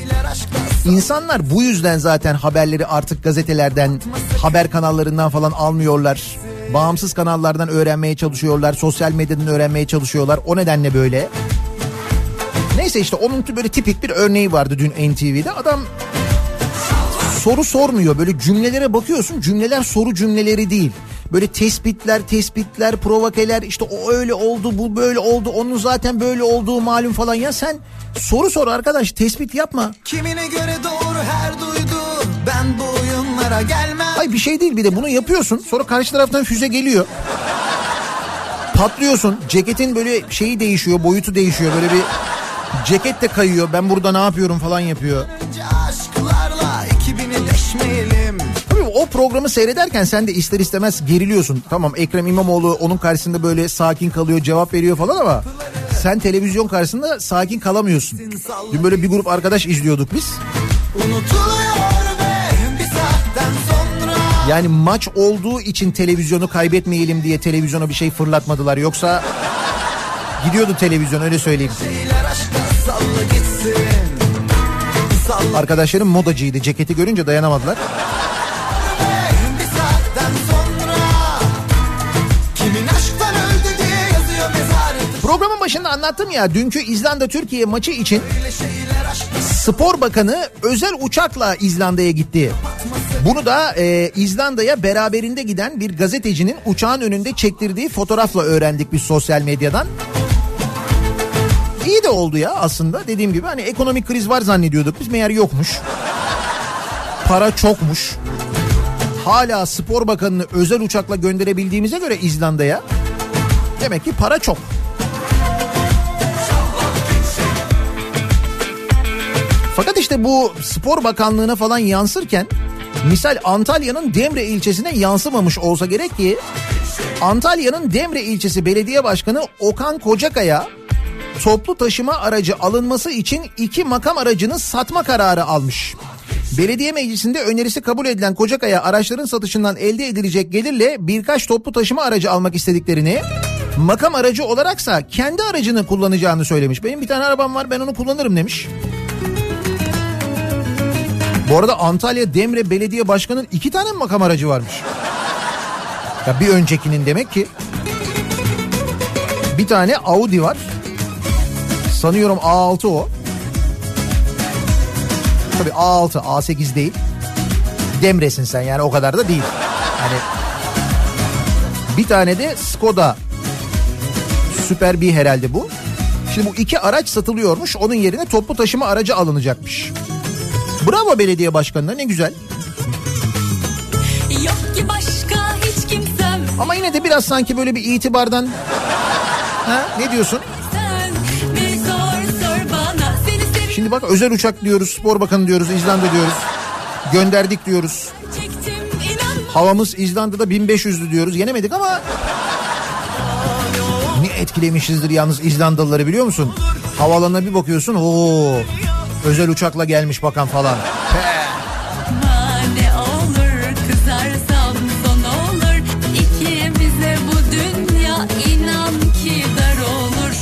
insanlar bu yüzden zaten haberleri artık gazetelerden, haber kanallarından falan almıyorlar. Bağımsız kanallardan öğrenmeye çalışıyorlar. Sosyal medyadan öğrenmeye çalışıyorlar. O nedenle böyle. Neyse işte onun böyle tipik bir örneği vardı dün N T V'de. Adam soru sormuyor. Böyle cümlelere bakıyorsun. Cümleler soru cümleleri değil. Böyle tespitler, tespitler, provokeler, işte o öyle oldu, bu böyle oldu, onun zaten böyle olduğu malum falan. Ya sen soru sor arkadaş, tespit yapma. Kimine göre doğru her duydu, ben bu oyunlara gelmem. Ay bir şey değil, bir de bunu yapıyorsun, sonra karşı taraftan füze geliyor. Patlıyorsun, ceketin böyle şeyi değişiyor, boyutu değişiyor, böyle bir ceket de kayıyor, ben burada ne yapıyorum falan yapıyor. Aşklarla iki binileşmeyelim. Tabii o programı seyrederken sen de ister istemez geriliyorsun. Tamam, Ekrem İmamoğlu onun karşısında böyle sakin kalıyor, cevap veriyor falan ama sen televizyon karşısında sakin kalamıyorsun. Dün böyle bir grup arkadaş izliyorduk biz. Yani maç olduğu için televizyonu kaybetmeyelim diye televizyona bir şey fırlatmadılar. Yoksa gidiyordu televizyon, öyle söyleyeyim. Arkadaşlarım modacıydı, ceketi görünce dayanamadılar. Programın başında anlattım ya, dünkü İzlanda-Türkiye maçı için Spor Bakanı özel uçakla İzlanda'ya gitti. Bunu da e, İzlanda'ya beraberinde giden bir gazetecinin uçağın önünde çektirdiği fotoğrafla öğrendik biz sosyal medyadan. İyi de oldu ya aslında, dediğim gibi hani ekonomik kriz var zannediyorduk biz, meğer yokmuş. Para çokmuş. Hala Spor Bakanı'nı özel uçakla gönderebildiğimize göre İzlanda'ya, demek ki para çok. Fakat işte bu Spor Bakanlığı'na falan yansırken misal Antalya'nın Demre ilçesine yansımamış olsa gerek ki Antalya'nın Demre ilçesi belediye başkanı Okan Kocakaya toplu taşıma aracı alınması için iki makam aracını satma kararı almış. Belediye meclisinde önerisi kabul edilen Kocakaya araçların satışından elde edilecek gelirle birkaç toplu taşıma aracı almak istediklerini, makam aracı olaraksa kendi aracını kullanacağını söylemiş. Benim bir tane arabam var, ben onu kullanırım demiş. Bu arada Antalya Demre Belediye Başkanı'nın iki tane mi makam aracı varmış? Ya bir öncekinin demek ki. Bir tane Audi var. Sanıyorum A altı o. Tabii A altı, A sekiz değil. Demre'sin sen yani, o kadar da değil. Hani bir tane de Skoda Super B herhalde bu. Şimdi bu iki araç satılıyormuş. Onun yerine toplu taşıma aracı alınacakmış. Bravo belediye başkanına, ne güzel. Yok ki başka hiç kimsem. Ama yine de biraz sanki böyle bir itibardan, ha, ne diyorsun? Şimdi bak, özel uçak diyoruz, Spor Bakanı diyoruz, İzlanda diyoruz. Gönderdik diyoruz. Havamız İzlanda'da bin beş yüzdü diyoruz. Yenemedik ama ne etkilemişizdir yalnız İzlandalıları, biliyor musun? Havalarına bir bakıyorsun, ooo özel uçakla gelmiş bakan falan. Pe. Ne olur kızarsam son olur. İkimize bu dünya inan ki dar olur.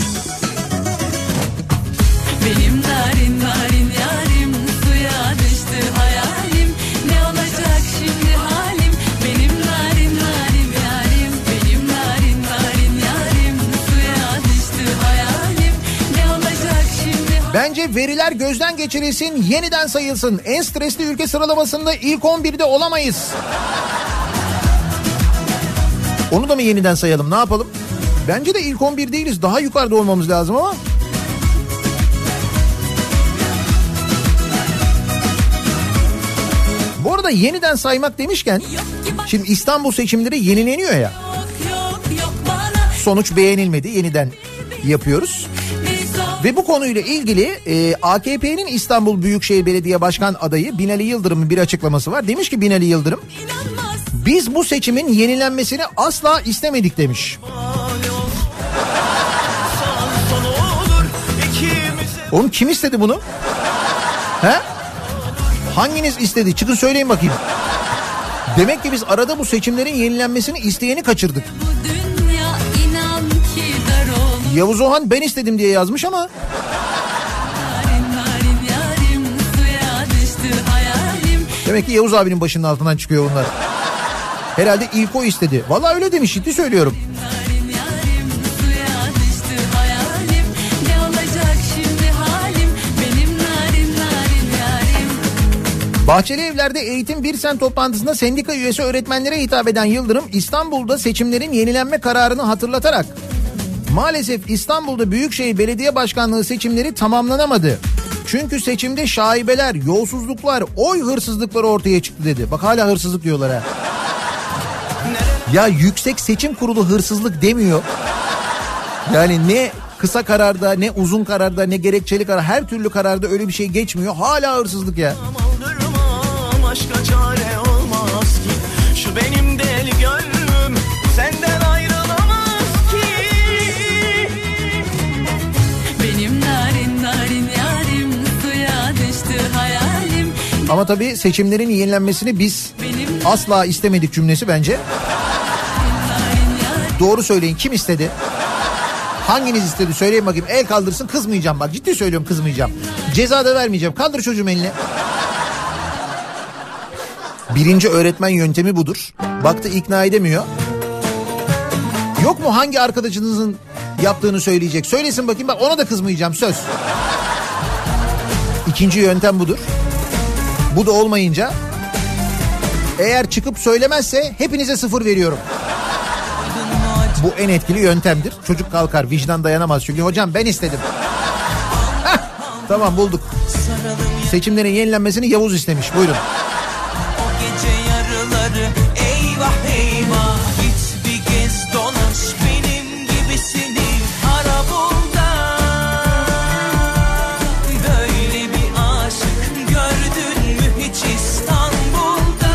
Benim narin narin yarim, suya düştü hayalim. Ne olacak şimdi halim? Benim narin narin yarim, benim narin narin yarim, suya düştü hayalim. Ne olacak şimdi halim? Bence veriler gözden geçirilsin, yeniden sayılsın. En stresli ülke sıralamasında ilk on birde olamayız. Onu da mı yeniden sayalım, ne yapalım? Bence de ilk on bir değiliz, daha yukarıda olmamız lazım ama. Bu arada yeniden saymak demişken, şimdi İstanbul seçimleri yenileniyor ya. Sonuç beğenilmedi, yeniden yapıyoruz. Ve bu konuyla ilgili e, A K P'nin İstanbul Büyükşehir Belediye Başkan adayı Binali Yıldırım'ın bir açıklaması var. Demiş ki Binali Yıldırım, biz bu seçimin yenilenmesini asla istemedik demiş. Oğlum kim istedi bunu? He? Hanginiz istedi? Çıkın söyleyin bakayım. Demek ki biz arada bu seçimlerin yenilenmesini isteyeni kaçırdık. Yavuz Ohan ben istedim diye yazmış ama. Demek ki Yavuz abinin başının altından çıkıyor bunlar. Herhalde ilk o istedi. Vallahi öyle demiş, ciddi söylüyorum. Narin yarim suya düştü hayalim. Ne olacak şimdi halim? Benim narin narin yarim. Bahçeli Evler'de Eğitim Bir Sen toplantısında sendika üyesi öğretmenlere hitap eden Yıldırım, İstanbul'da seçimlerin yenilenme kararını hatırlatarak maalesef İstanbul'da Büyükşehir Belediye Başkanlığı seçimleri tamamlanamadı. Çünkü seçimde şaibeler, yolsuzluklar, oy hırsızlıkları ortaya çıktı dedi. Bak hala hırsızlık diyorlar ha. Ya Yüksek Seçim Kurulu hırsızlık demiyor. Yani ne kısa kararda, ne uzun kararda, ne gerekçeli karar, her türlü kararda öyle bir şey geçmiyor. Hala hırsızlık ya. Başka çare olmaz ki. Şu benim deli gönlüm senden ayrılamaz ki. Benim narin narin yarim suya düştü hayalim. Ama tabii seçimlerin yenilenmesini biz Benim asla istemedik cümlesi bence. narin yarim. Doğru söyleyin, kim istedi? Hanginiz istedi söyleyin bakayım. El kaldırsın, kızmayacağım, bak ciddi söylüyorum, kızmayacağım. Ceza da vermeyeceğim. Kaldır çocuğum elini. Birinci öğretmen yöntemi budur. Baktı ikna edemiyor. Yok mu hangi arkadaşınızın yaptığını söyleyecek? Söylesin bakayım, bak ona da kızmayacağım, söz. İkinci yöntem budur. Bu da olmayınca eğer çıkıp söylemezse hepinize sıfır veriyorum. Bu en etkili yöntemdir. Çocuk kalkar, vicdan dayanamaz çünkü hocam ben istedim. Heh, tamam bulduk. Seçimlerin yenilenmesini Yavuz istemiş, buyurun. Gece yarıları eyvah eyvah. Git bir gez dolaş benim gibisini ara bul da. Böyle bir aşık gördün mü hiç İstanbul'da?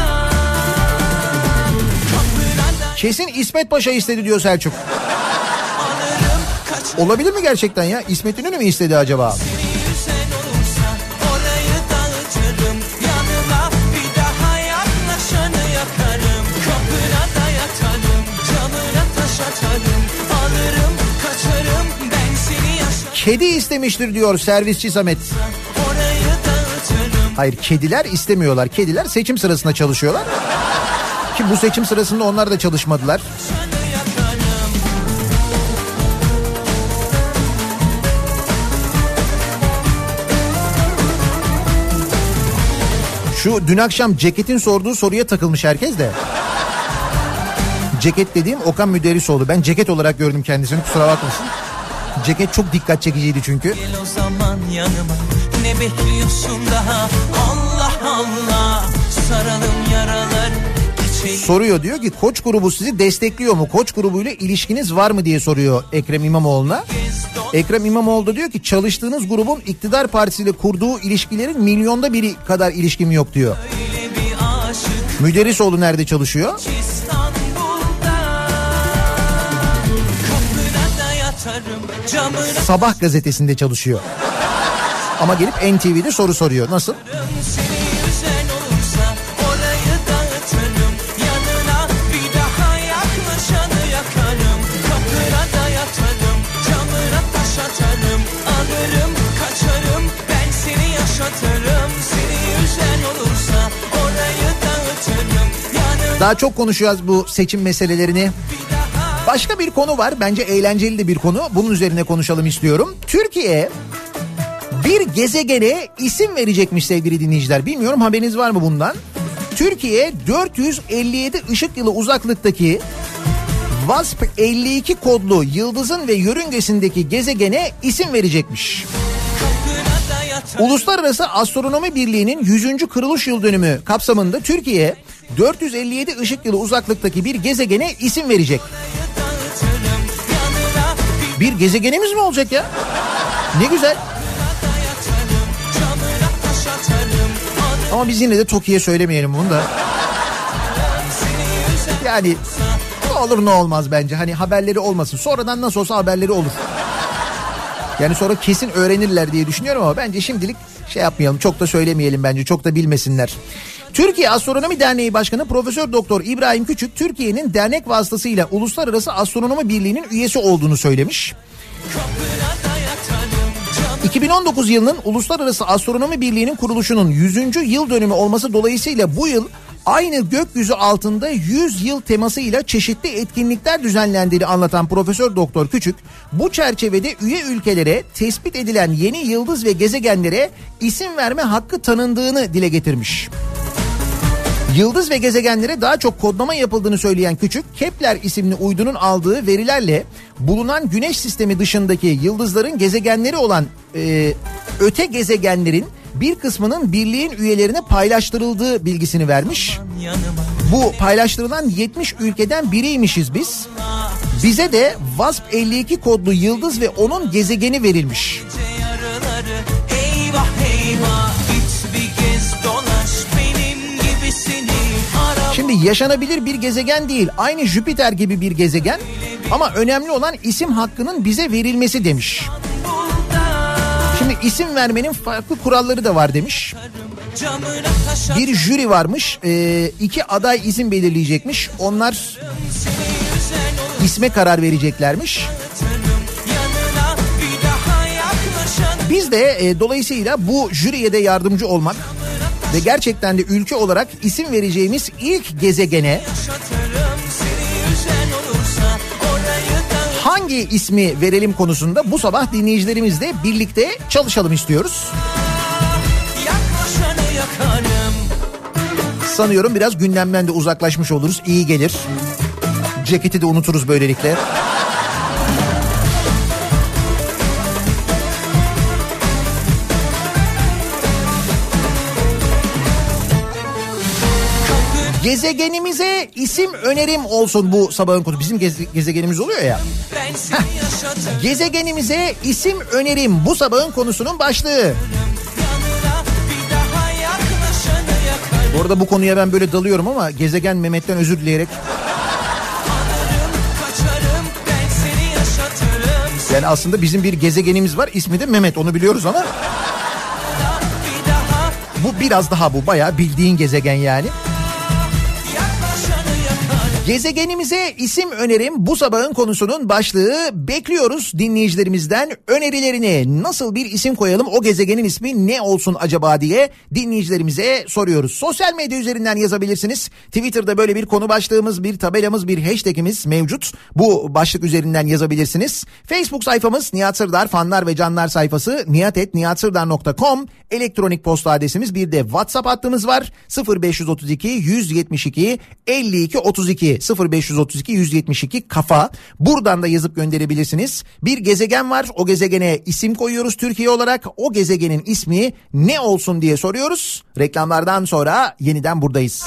Kapına da Kesin İsmet Paşa istedi diyor Selçuk. alırım kaç. Olabilir mi gerçekten ya? İsmet İnönü mü istedi acaba? Sen olursa orayı dağıtırım. Yanıma bir daha yaklaşanı yakarım. Kapına da yatarım. Camına taş atarım. Alırım kaçarım. Ben seni yaşatırım. Kedi istemiştir diyor servisçi Samet. Orayı dağıtırım. Hayır, kediler istemiyorlar. Kediler seçim sırasında çalışıyorlar. Ki bu seçim sırasında onlar da çalışmadılar. Şanı yakarım. Şu dün akşam Ceket'in sorduğu soruya takılmış herkes de. Ceket dediğim Okan Müderrisoğlu. Ben Ceket olarak gördüm kendisini, kusura bakmasın. Ceket çok dikkat çekiciydi çünkü. Gel o zaman yanıma. Ne bekliyorsun daha? Allah Allah. Saralım yaralar. İçelim. Soruyor, diyor ki Koç grubu sizi destekliyor mu? Koç grubuyla ilişkiniz var mı diye soruyor Ekrem İmamoğlu'na. Ekrem İmamoğlu da diyor ki çalıştığınız grubun iktidar partisiyle kurduğu ilişkilerin milyonda biri kadar ilişkim yok diyor. Öyle bir aşık Müderrisoğlu nerede çalışıyor? İstanbul'da. Kapına da yatarım. Camına Sabah gazetesinde çalışıyor. Ama gelip N T V'de soru soruyor. Nasıl? seni yüzen olursa orayı dağıtırım. Yanına bir daha yaklaşanı yakarım. Kapına da yatarım. Camına taş atarım. Alırım kaçarım. Ben seni yaşatırım. Seni yüzen olursa orayı dağıtırım. Yanına Daha çok konuşacağız bu seçim meselelerini. Başka bir konu var. Bence eğlenceli de bir konu. Bunun üzerine konuşalım istiyorum. Türkiye bir gezegene isim verecekmiş sevgili dinleyiciler. Bilmiyorum haberiniz var mı bundan? Türkiye dört yüz elli yedi ışık yılı uzaklıktaki WASP elli iki kodlu yıldızın ve yörüngesindeki gezegene isim verecekmiş. kapına da yatarım. Uluslararası Astronomi Birliği'nin yüzüncü kuruluş yıl dönümü kapsamında Türkiye dört yüz elli yedi ışık yılı uzaklıktaki bir gezegene isim verecek. Dağıtırım. Yanına bir Bir gezegenimiz mi olacak ya? Ne güzel. da yatarım. Camına taş atarım. Alırım Ama biz yine de TOKİ'ye söylemeyelim bunu da. seni yüzen. Yani ne olur ne olmaz bence. Hani haberleri olmasın. Sonradan nasıl olsa haberleri olur. Yani sonra kesin öğrenirler diye düşünüyorum ama bence şimdilik şey yapmayalım. Çok da söylemeyelim bence. Çok da bilmesinler. Türkiye Astronomi Derneği Başkanı Profesör Doktor İbrahim Küçük, Türkiye'nin dernek vasıtasıyla Uluslararası Astronomi Birliği'nin üyesi olduğunu söylemiş. Kapına da yatarım. Camına iki bin on dokuz yılının Uluslararası Astronomi Birliği'nin kuruluşunun yüzüncü yıl dönümü olması dolayısıyla bu yıl Aynı gökyüzü altında yüz yıl temasıyla çeşitli etkinlikler düzenlendiğini anlatan Profesör Doktor Küçük, bu çerçevede üye ülkelere tespit edilen yeni yıldız ve gezegenlere isim verme hakkı tanındığını dile getirmiş. Yıldız ve gezegenlere daha çok kodlama yapıldığını söyleyen Küçük, Kepler isimli uydunun aldığı verilerle bulunan Güneş sistemi dışındaki yıldızların gezegenleri olan e, öte gezegenlerin bir kısmının birliğin üyelerine paylaştırıldığı bilgisini vermiş. Bu paylaştırılan yetmiş ülkeden biriymişiz biz. Bize de VASP elli iki kodlu yıldız ve onun gezegeni verilmiş. Şimdi yaşanabilir bir gezegen değil, aynı Jüpiter gibi bir gezegen ama önemli olan isim hakkının bize verilmesi demiş. Şimdi isim vermenin farklı kuralları da var demiş. Bir jüri varmış, e, iki aday isim belirleyecekmiş, onlar isme karar vereceklermiş. Biz de e, dolayısıyla bu jüriye de yardımcı olmak ve gerçekten de ülke olarak isim vereceğimiz ilk gezegene hangi ismi verelim konusunda bu sabah dinleyicilerimizle birlikte çalışalım istiyoruz. Sanıyorum biraz gündemden de uzaklaşmış oluruz, iyi gelir. Ceketi de unuturuz böylelikle. Gezegenimize isim önerim olsun bu sabahın konusu. Bizim geze- gezegenimiz oluyor ya. Heh. Gezegenimize isim önerim bu sabahın konusunun başlığı. Bu arada bu konuya ben böyle dalıyorum ama Gezegen Mehmet'ten özür dileyerek. Yani aslında bizim bir gezegenimiz var, ismi de Mehmet, onu biliyoruz ama bu biraz daha, bu bayağı bildiğin gezegen yani. Gezegenimize isim önerim bu sabahın konusunun başlığı. Bekliyoruz dinleyicilerimizden önerilerini. Nasıl bir isim koyalım, o gezegenin ismi ne olsun acaba diye dinleyicilerimize soruyoruz. Sosyal medya üzerinden yazabilirsiniz. Twitter'da böyle bir konu başlığımız, bir tabelamız, bir hashtagimiz mevcut. Bu başlık üzerinden yazabilirsiniz. Facebook sayfamız Nihat Sırdar fanlar ve canlar sayfası nihat et nihat sırdar nokta com. Elektronik posta adresimiz, bir de WhatsApp hattımız var. sıfır beş otuz iki yüz yetmiş iki elli iki otuz iki sıfır beş otuz iki yüz yetmiş iki kafa. Buradan da yazıp gönderebilirsiniz. Bir gezegen var, o gezegene isim koyuyoruz Türkiye olarak. O gezegenin ismi ne olsun diye soruyoruz. Reklamlardan sonra yeniden buradayız.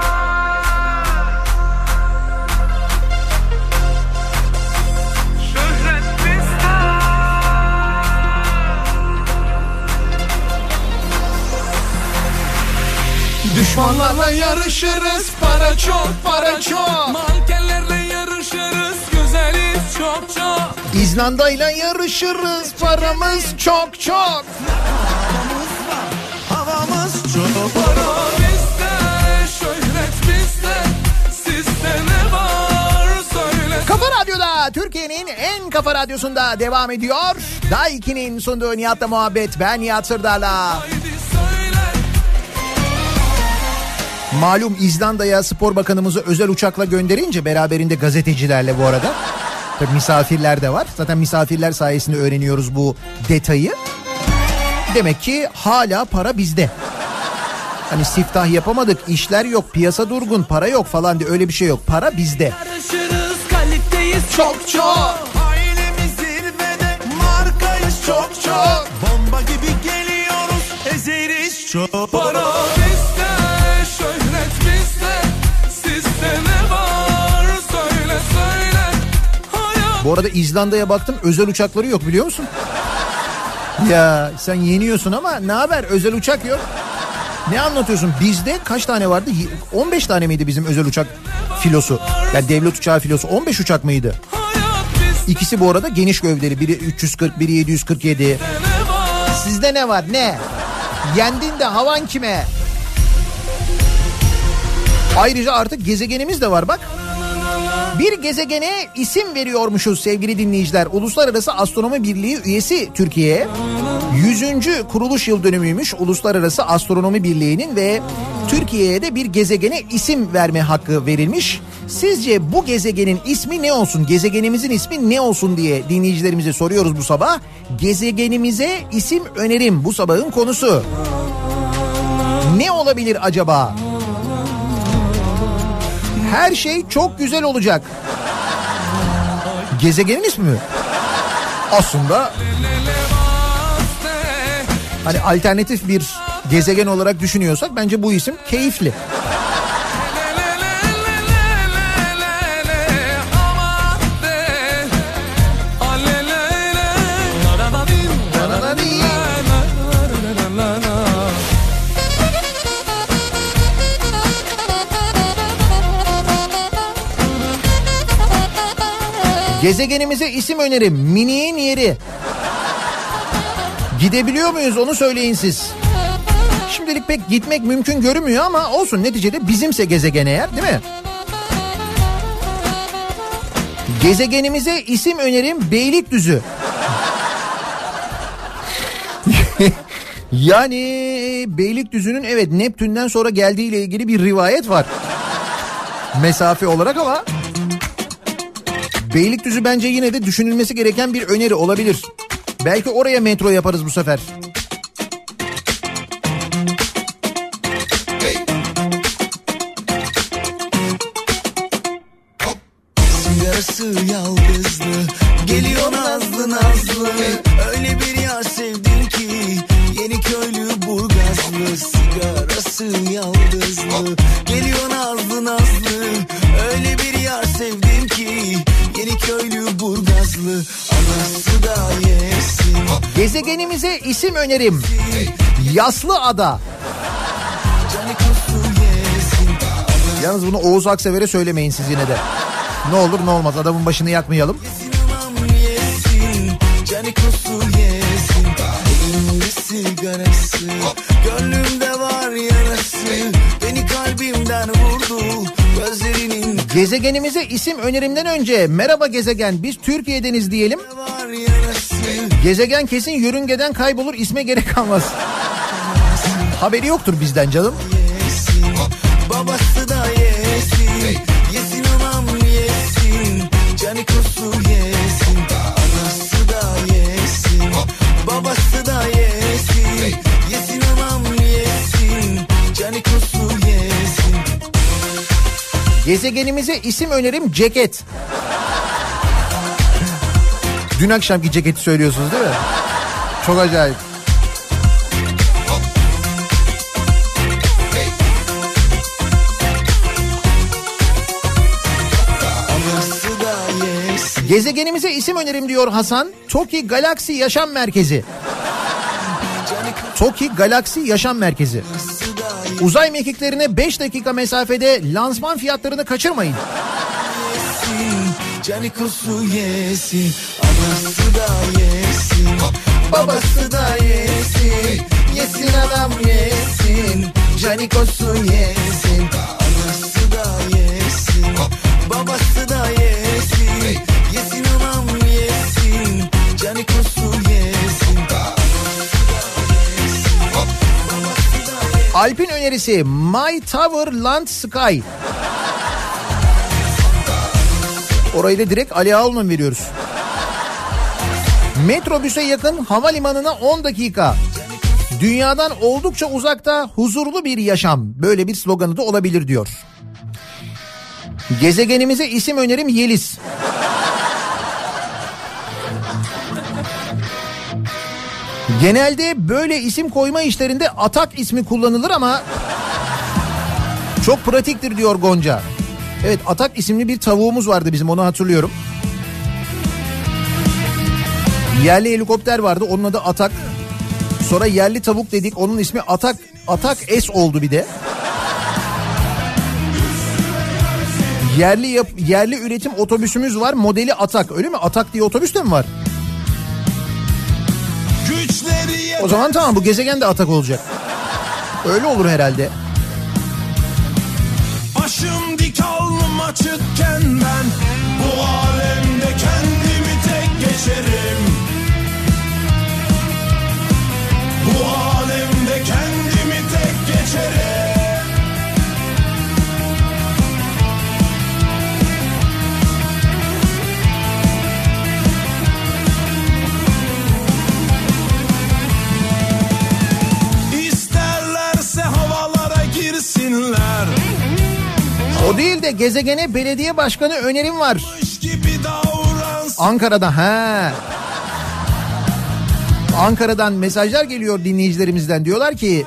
Düşmanlarla yarışırız, para çok, para çok. Mankenlerle yarışırız, güzeliz çok çok. İzlanda'yla yarışırız, paramız çok çok. Havamız var, havamız çok. Para bizde, şöhret bizde, sizde ne var söyle. Kafa Radyo'da, Türkiye'nin en kafa radyosunda devam ediyor. Daiki'nin sunduğu Nihat'la muhabbet, ben Nihat Sırdar'la. Malum İzlanda'ya Spor Bakanımızı özel uçakla gönderince, beraberinde gazetecilerle bu arada. Tabii misafirler de var. Zaten misafirler sayesinde öğreniyoruz bu detayı. Demek ki hala para bizde. Hani siftah yapamadık, işler yok, piyasa durgun, para yok falan diye, öyle bir şey yok. Para bizde. Yarışırız, kaliteyiz çok çok. Ailemiz zirvede, markayız çok çok. Bomba gibi geliyoruz, ezeriz çok. Para bizde, şöhret bizde, sizde ne var söyle söyle. Hayat... Bu arada İzlanda'ya baktım, özel uçakları yok, biliyor musun? Ya sen yeniyorsun ama ne haber, özel uçak yok. Ne anlatıyorsun? Bizde kaç tane vardı? on beş tane miydi bizim özel uçak filosu? Yani devlet uçağı filosu on beş uçak mıydı? İkisi bu arada geniş gövdeli. Biri üç yüz kırk, biri yedi yüz kırk yedi. Sizde ne var? Ne? Yendin de havan kime? Ayrıca artık gezegenimiz de var bak. Bir gezegene isim veriyormuşuz sevgili dinleyiciler. Uluslararası Astronomi Birliği üyesi Türkiye. yüzüncü kuruluş yıl dönümüymüş Uluslararası Astronomi Birliği'nin ve Türkiye'ye de bir gezegene isim verme hakkı verilmiş. Sizce bu gezegenin ismi ne olsun? Gezegenimizin ismi ne olsun diye dinleyicilerimize soruyoruz bu sabah. Gezegenimize isim önerim bu sabahın konusu. Ne olabilir acaba? Her şey çok güzel olacak. Gezegenin ismi mi? Aslında hani alternatif bir gezegen olarak düşünüyorsak bence bu isim keyifli. Gezegenimize isim önerim. Mini'nin yeri. Gidebiliyor muyuz onu söyleyin siz. Şimdilik pek gitmek mümkün görünmüyor ama olsun, neticede bizimse gezegen eğer, değil mi? Gezegenimize isim önerim Beylikdüzü. Yani Beylikdüzü'nün evet Neptün'den sonra geldiğiyle ilgili bir rivayet var. Mesafe olarak ama Beylikdüzü bence yine de düşünülmesi gereken bir öneri olabilir. Belki oraya metro yaparız bu sefer. Sigarası yalnızlı, geliyor nazlı nazlı. Öyle bir yar sevdim ki Yeniköylü Burgazlı. Sigarası yalnızlı, geliyor nazlı nazlı. Öyle bir yar sevdim ki Yeniköylü Burgazlı. Anası da yesin. Gezegenimize isim önerim Yaslıada. Yalnız bunu Oğuz Aksever'e söylemeyin siz yine de. Ne olur ne olmaz, adamın başını yakmayalım. Sigarası, gönlümde var yarası, beni kalbimden vurdu gözlerinin. Gezegenimize isim önerimden önce merhaba gezegen, biz Türkiye'deniz diyelim. Gezegen kesin yörüngeden kaybolur, isme gerek kalmaz. Haberi yoktur bizden canım. Yesin, babası da yesin, yesin anam yesin, canikosu yesin, anası da yesin, babası da yesin, yesin anam yesin, canikosu yesin. Gezegenimize isim önerim ceket. Dün akşamki ceketi söylüyorsunuz değil mi? Çok acayip. Gezegenimize isim önerim diyor Hasan. Toki Galaxy Yaşam Merkezi. Toki Galaxy Yaşam Merkezi. Uzay mekiklerine beş dakika mesafede, lansman fiyatlarını kaçırmayın. Canikosu yesin, anası da yesin, babası da yesin, yesin adam yesin, canikosu yesin, anası da yesin, babası da yesin, yesin anam yesin, canikosu yesin. Alp'in önerisi My Tower Land Sky. Orayı da direkt Ali Ağol'la veriyoruz. Metrobüse yakın, havalimanına on dakika. Dünyadan oldukça uzakta, huzurlu bir yaşam. Böyle bir sloganı da olabilir diyor. Gezegenimize isim önerim Yeliz. Genelde böyle isim koyma işlerinde Atak ismi kullanılır ama çok pratiktir diyor Gonca. Evet, Atak isimli bir tavuğumuz vardı bizim, onu hatırlıyorum. Yerli helikopter vardı, onun adı Atak. Sonra yerli tavuk dedik, onun ismi Atak Atak S oldu bir de. Yerli yap, yerli üretim otobüsümüz var, modeli Atak, öyle mi? Atak diye otobüs de mi var? O zaman tamam, bu gezegen de Atak olacak. Öyle olur herhalde. Başım dik alnıma açıkken ben bu alemde kendimi tek geçerim. Bu alemde kendimi tek geçerim. İsterlerse havalara girsinler. O değil de gezegene belediye başkanı önerim var. Ankara'da ha. Ankara'dan mesajlar geliyor dinleyicilerimizden, diyorlar ki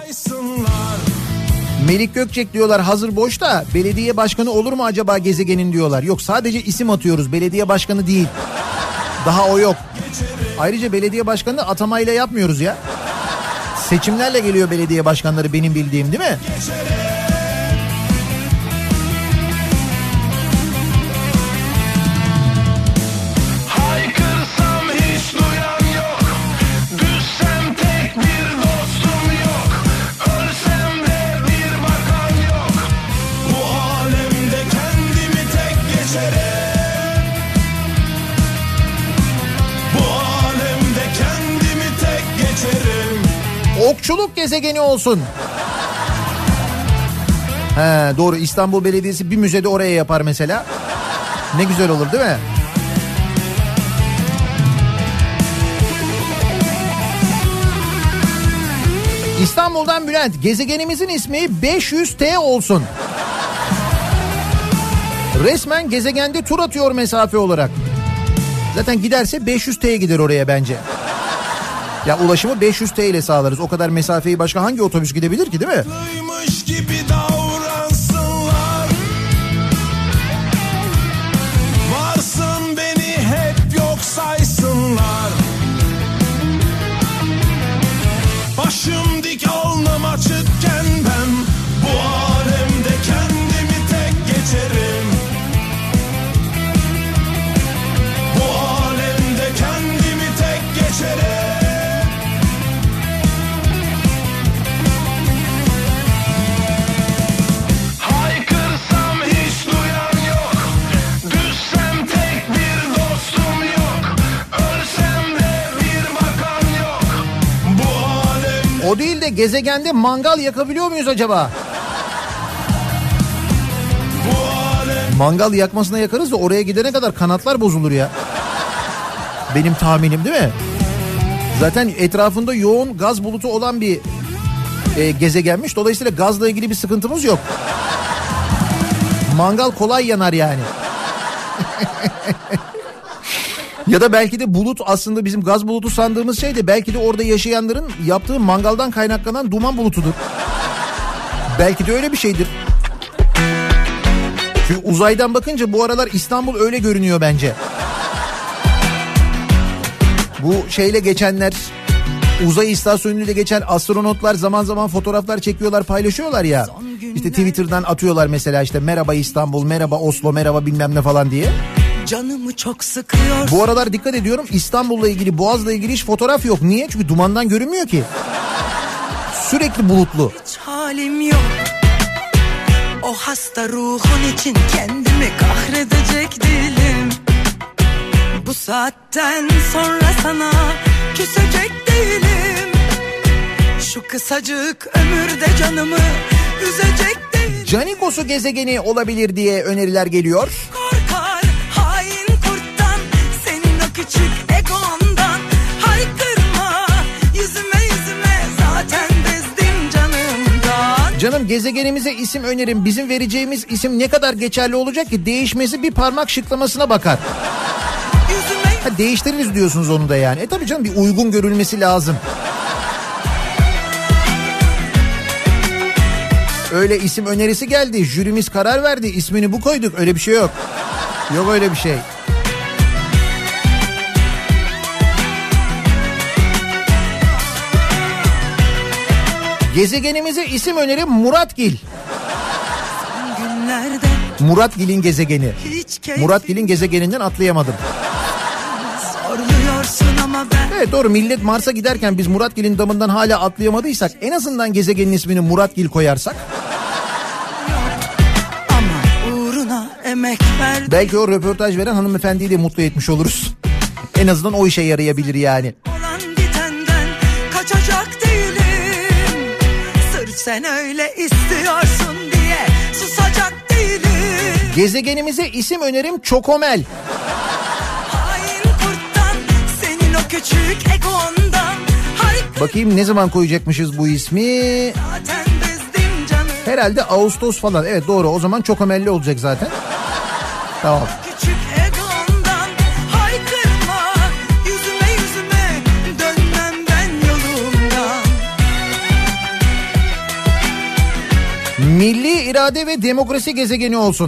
Melik Gökçek diyorlar hazır boşta, belediye başkanı olur mu acaba gezegenin diyorlar. Yok, sadece isim atıyoruz, belediye başkanı değil. Daha o yok. Ayrıca belediye başkanını atamayla yapmıyoruz ya. Seçimlerle geliyor belediye başkanları benim bildiğim, değil mi? Okçuluk gezegeni olsun. He, doğru, İstanbul Belediyesi bir müzede oraya yapar mesela. Ne güzel olur değil mi? İstanbul'dan Bülent, gezegenimizin ismi beş yüz T olsun. Resmen gezegende tur atıyor mesafe olarak. Zaten giderse beş yüz T'ye gider oraya bence. Ya ulaşımı beş yüz T ile sağlarız. O kadar mesafeyi başka hangi otobüs gidebilir ki, değil mi? Gibi davransınlar. Varsın beni hep yok saysınlar. Başım dik alnım açıkken ben bu alemde kendimi tek geçerim. Bu alemde kendimi tek geçerim. O değil de gezegende mangal yakabiliyor muyuz acaba? Mangal yakmasına yakarız da oraya gidene kadar kanatlar bozulur ya. Benim tahminim, değil mi? Zaten etrafında yoğun gaz bulutu olan bir e, gezegenmiş. Dolayısıyla gazla ilgili bir sıkıntımız yok. Mangal kolay yanar yani. Ya da belki de bulut aslında bizim gaz bulutu sandığımız şey de belki de orada yaşayanların yaptığı mangaldan kaynaklanan duman bulutudur. Belki de öyle bir şeydir. Çünkü uzaydan bakınca bu aralar İstanbul öyle görünüyor bence. Bu şeyle geçenler, uzay istasyonuyla geçen astronotlar zaman zaman fotoğraflar çekiyorlar, paylaşıyorlar ya. İşte Twitter'dan atıyorlar mesela, işte merhaba İstanbul, merhaba Oslo, merhaba bilmem ne falan diye. Canımı çok sıkıyor. Bu aralar dikkat ediyorum, İstanbul'la ilgili, Boğaz'la ilgili hiç fotoğraf yok. Niye? Çünkü dumandan görünmüyor ki. Sürekli bulutlu. Hiç halim yok. O hasta ruhun için kendimi kahredecek değilim. Bu saatten sonra sana küsecek değilim. Şu kısacık ömürde canımı üzecek değilim. Canikos'u gezegeni olabilir diye öneriler geliyor. Korkar hain kurttan, senin o küçük egondan. Haykırma yüzüme yüzüme, zaten bezdim canımdan. Canım, gezegenimize isim önerim. Bizim vereceğimiz isim ne kadar geçerli olacak ki? Değişmesi bir parmak şıklamasına bakar. Ha, değiştiririz diyorsunuz onu da yani. E tabii canım, bir uygun görülmesi lazım. Öyle isim önerisi geldi, jürimiz karar verdi, ismini bu koyduk, öyle bir şey yok. Yok öyle bir şey. Gezegenimize isim önerim Muratgil. Muratgil'in gezegeni. Muratgil'in gezegeninden atlayamadım. Ama ben... Evet doğru, millet Mars'a giderken biz Muratgil'in damından hala atlayamadıysak en azından gezegenin ismini Muratgil koyarsak. Ama uğruna emek verdim. Belki o röportaj veren hanımefendiyi de mutlu etmiş oluruz. En azından o işe yarayabilir yani. Olan bitenden kaçacak değilim. Sırf sen öyle istiyorsun diye susacak değilim. Gezegenimize isim önerim Çokomel. Hain kurttan, senin o küçük egondan. Bakayım ne zaman koyacakmışız bu ismi? Zaten bezdim canım. Herhalde Ağustos falan. Evet doğru, o zaman Çokomelli olacak zaten. Tamam. Küçük egondan haykırma, yüzüme yüzüme dönmem ben yolumdan. Milli irade ve demokrasi gezegeni olsun.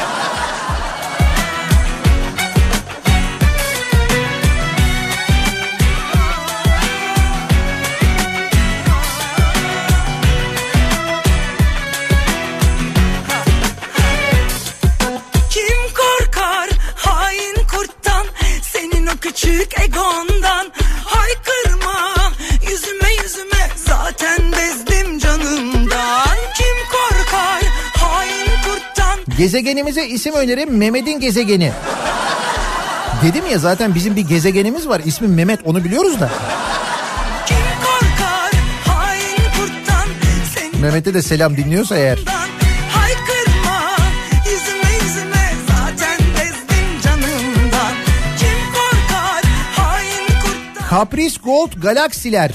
Küçük egondan haykırma, yüzüme yüzüme zaten bezdim canımdan. Kim korkar hain kurttan? Gezegenimize isim önerim Mehmet'in gezegeni. Dedim ya zaten bizim bir gezegenimiz var, ismi Mehmet, onu biliyoruz da. Kim korkar hain kurttan? Senin Mehmet'e de selam dinliyorsa eğer. haykırma, yüzüme yüzüme zaten bezdim canımdan. Kim korkar hain kurttan? Caprice Gold Galaksiler.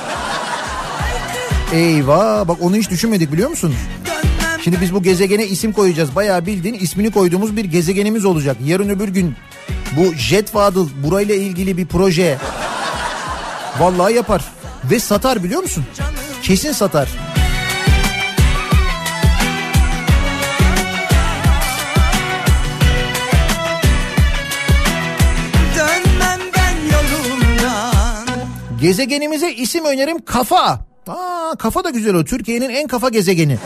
Eyvah, bak onu hiç düşünmedik biliyor musun? Şimdi biz bu gezegene isim koyacağız. Bayağı bildiğin ismini koyduğumuz bir gezegenimiz olacak. Yarın öbür gün bu Jet Fadıl burayla ilgili bir proje vallahi yapar ve satar biliyor musun? Kesin satar. Dönmem ben yolumdan. Gezegenimize isim önerim Kafa. Aa, Kafa da güzel o. Türkiye'nin en kafa gezegeni.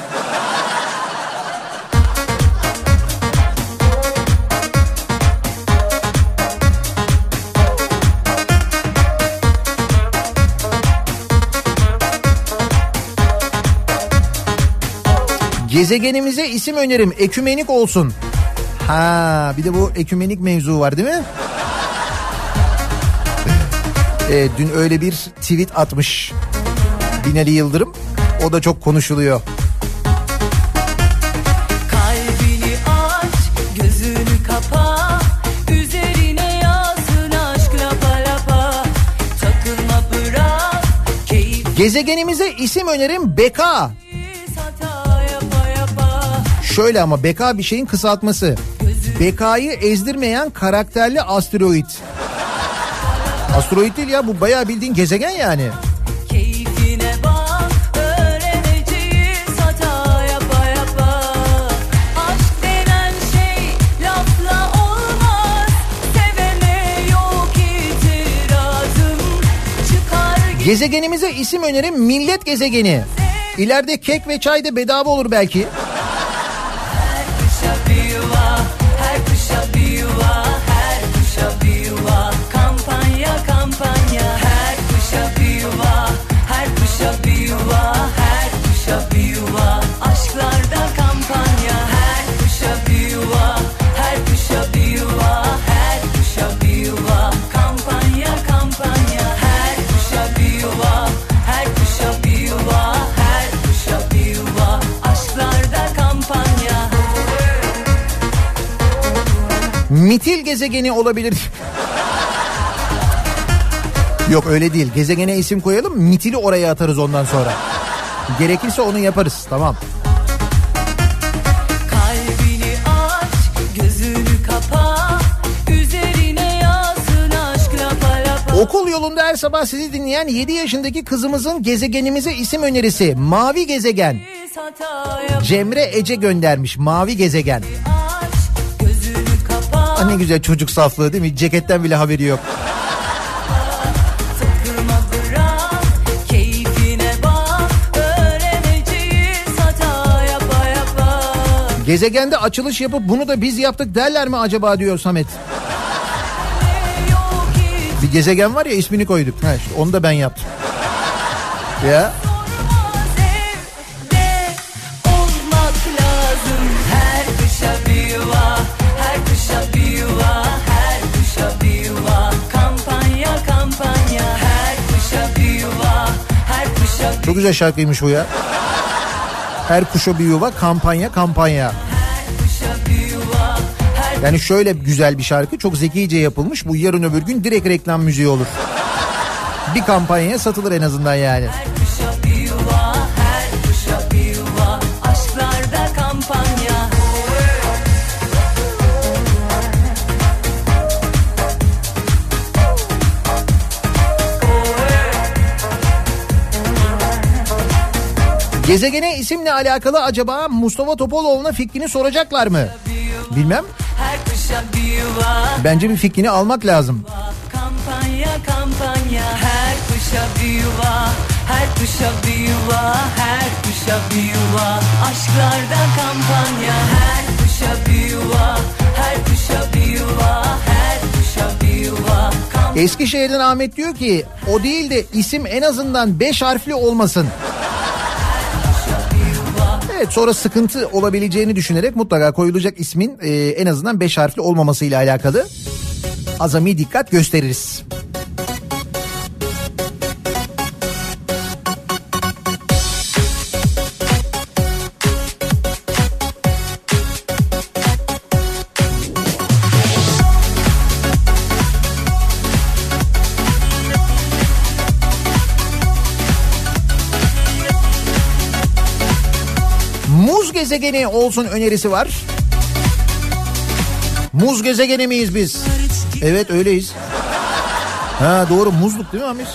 Gezegenimize isim önerim ekümenik olsun. Ha, bir de bu ekümenik mevzu var değil mi? Evet, dün öyle bir tweet atmış Binali Yıldırım. O da çok konuşuluyor. Kalbini aç, gözünü kapa, üzerine yazsın aşk lapa lapa. Takılma bırak, keyif Gezegenimize isim önerim Beka. hata yapa yapa. Şöyle ama Beka bir şeyin kısaltması. Beka'yı ezdirmeyen karakterli asteroid. Asteroid değil ya, bu bayağı bildiğin gezegen yani. Keyfine bak, öğreneceğiz hata yapa yapa. Aşk denen şey lafla olmaz, sevene yok itirazım. Çıkar Gezegenimize isim önerim Millet Gezegeni. İleride kek ve çay da bedava olur belki. her kışa bir yuva, her kışa bir yuva, her kışa bir yuva. Kampanya kampanya, her kışa bir yuva, her kışa bir yuva, her kışa bir yuva. Aşklarda kampanya, her kışa bir yuva, her kışa bir yuva, her kışa bir yuva. Kampanya kampanya, her kışa bir yuva, her kışa bir yuva, her kışa bir yuva. Aşklarda kampanya. Mitil gezegeni olabilir. Yok öyle değil. Gezegene isim koyalım. Mitili oraya atarız ondan sonra. Gerekirse onu yaparız. Tamam. Kalbini aç, gözünü kapa, üzerine yazsın aşk lapa lapa. Okul yolunda her sabah sizi dinleyen yedi yaşındaki kızımızın gezegenimize isim önerisi Mavi Gezegen. Hata yap, Cemre Ece göndermiş. Mavi Gezegen. aç, gözünü kapa. Ah, ne güzel çocuk saflığı değil mi? Ceketten bile haberi yok. Takılma bırak, keyfine bak, öğreneceğiz hata yapa yapa. Gezegende açılış yapıp bunu da biz yaptık derler mi acaba diyor Samet. Yok hiç Bir gezegen var ya, ismini koyduk. Ha işte onu da ben yaptım. Ya. olmaz, evde olmak lazım. Her kışa bir yuva, Çok güzel şarkıymış bu ya. Her kuşa bir yuva, kampanya kampanya. Yani şöyle güzel bir şarkı, çok zekice yapılmış. Bu yarın öbür gün direkt reklam müziği olur. Bir kampanyaya satılır en azından yani. Her kuşa bir yuva, her kuşa bir yuva, aşklarda kampanya. Gezegene isimle alakalı acaba Mustafa Topaloğlu'na fikrini soracaklar mı? Bilmem. Her kuşa bir yuva, Bence bir fikrini almak lazım. kampanya kampanya. Her kuşa bir yuva, her kuşa bir yuva, her kuşa bir yuva, aşklarda kampanya. Her kuşa bir yuva, her kuşa bir yuva, her kuşa bir yuva, kampanya. Eskişehir'den Ahmet diyor ki o değil de isim en azından beş harfli olmasın. Evet, sonra sıkıntı olabileceğini düşünerek mutlaka koyulacak ismin e, en azından beş harfli olmamasıyla alakalı azami dikkat gösteririz. Muz gezegeni olsun önerisi var. Muz gezegeni miyiz biz? Evet öyleyiz. Ha doğru, muzluk değil mi Amir?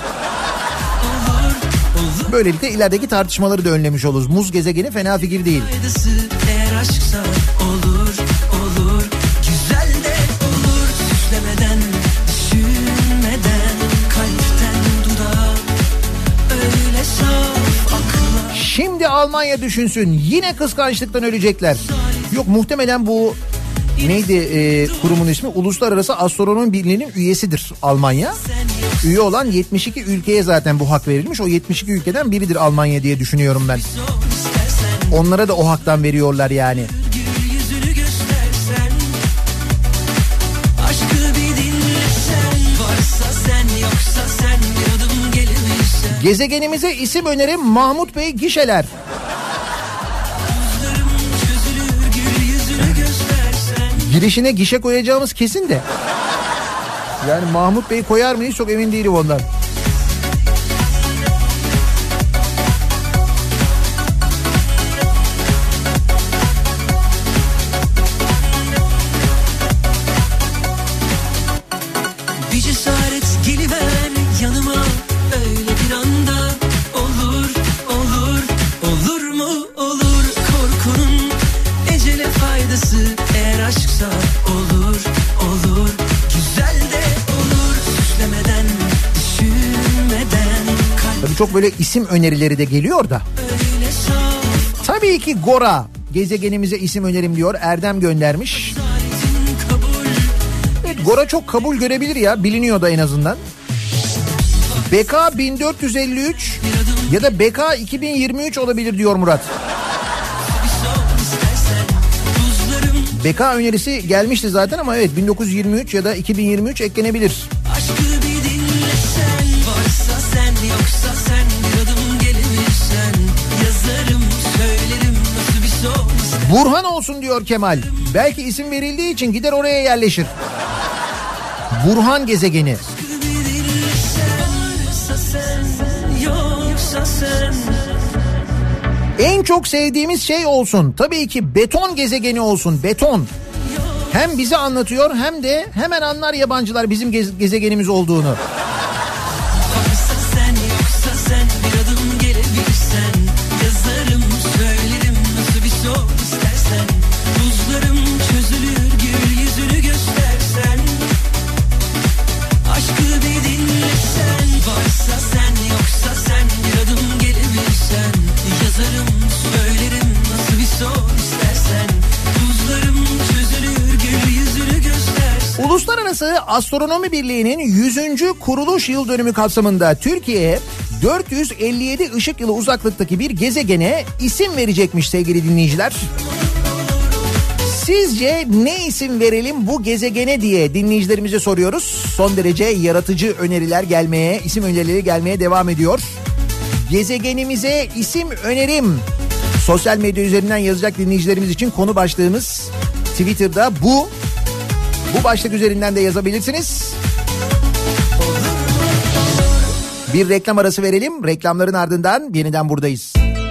Böylelikle ilerideki tartışmaları da önlemiş oluruz. Muz gezegeni fena fikir değil. Eğer aşksa olur, olur, güzel de olur. Süslemeden, düşünmeden, kalpten dudağa, öyle saf akla. Şimdi Almanya düşünsün, yine kıskançlıktan ölecekler. Yok, muhtemelen bu neydi e, kurumun ismi? Uluslararası Astronomi Birliği'nin üyesidir Almanya. Üye olan yetmiş iki ülkeye zaten bu hak verilmiş. O yetmiş iki ülkeden biridir Almanya diye düşünüyorum ben. Onlara da o haktan veriyorlar yani. Gezegenimize isim önerim Mahmut Bey Gişeler. Girişine gişe koyacağımız kesin de. Yani Mahmut Bey koyar mıyız çok emin değilim ondan. Bir cesaret geliver yanıma öyle bir anda, olur, olur, olur mu olur, korkunun ecele faydası, eğer aşksa olur, olur, güzel de olur, süslemeden, düşünmeden. Tabii çok böyle isim önerileri de geliyor da. Tabii ki Gora gezegenimize isim önerim diyor, Erdem göndermiş. Evet, Gora çok kabul görebilir ya, biliniyor da en azından. B K bin dört yüz elli üç ya da B K iki bin yirmi üç olabilir diyor Murat. B K önerisi gelmişti zaten ama evet bin dokuz yüz yirmi üç ya da iki bin yirmi üç eklenebilir. Aşkı bir dinlesen, varsa sen yoksa sen, bir adım gelebilirsen, yazarım söylerim nasıl bir son ister. Burhan olsun diyor Kemal. Belki isim verildiği için gider oraya yerleşir. Burhan gezegeni. En çok sevdiğimiz şey olsun. Tabii ki beton gezegeni olsun. Beton. Hem bizi anlatıyor hem de hemen anlar yabancılar bizim gez- gezegenimiz olduğunu. Uluslararası Astronomi Birliği'nin yüzüncü kuruluş yıl dönümü kapsamında Türkiye dört yüz elli yedi ışık yılı uzaklıktaki bir gezegene isim verecekmiş sevgili dinleyiciler. Sizce ne isim verelim bu gezegene diye dinleyicilerimize soruyoruz. Son derece yaratıcı öneriler gelmeye, isim önerileri gelmeye devam ediyor. Gezegenimize isim önerim. Sosyal medya üzerinden yazacak dinleyicilerimiz için konu başlığımız Twitter'da bu. Bu başlık üzerinden de yazabilirsiniz. Bir reklam arası verelim. Reklamların ardından yeniden buradayız.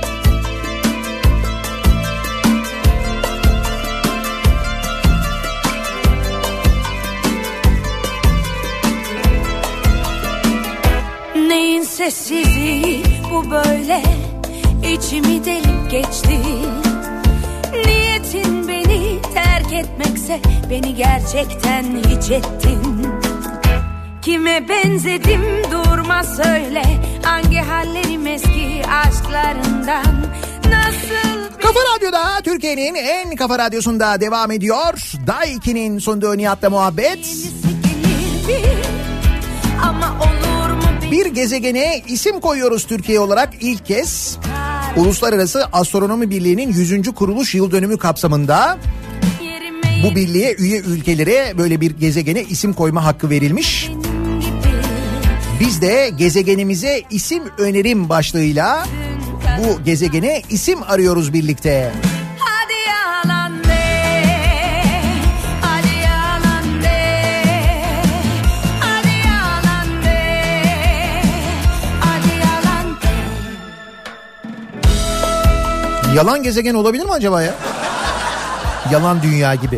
Neyin sessizliği bu böyle, içimi delip geçti. Niyetin beni terk etmekse beni gerçekten hiç ettin. Kime benzedim durma söyle, hangi hallerim eski aşklarından nasıl... Kafa Radyo'da, Türkiye'nin en kafa radyosunda devam ediyor. Daiki'nin sunduğu Nihat'la muhabbet. Ama olur mu bir gezegene isim koyuyoruz Türkiye olarak ilk kez. Uluslararası Astronomi Birliği'nin yüzüncü kuruluş yıl dönümü kapsamında bu birliğe üye ülkelere böyle bir gezegene isim koyma hakkı verilmiş. Biz de gezegenimize isim önerim başlığıyla bu gezegene isim arıyoruz birlikte. Hadi yalan de, hadi yalan de, hadi yalan de, hadi yalan de. Yalan gezegen olabilir mi acaba ya? Yalan dünya gibi.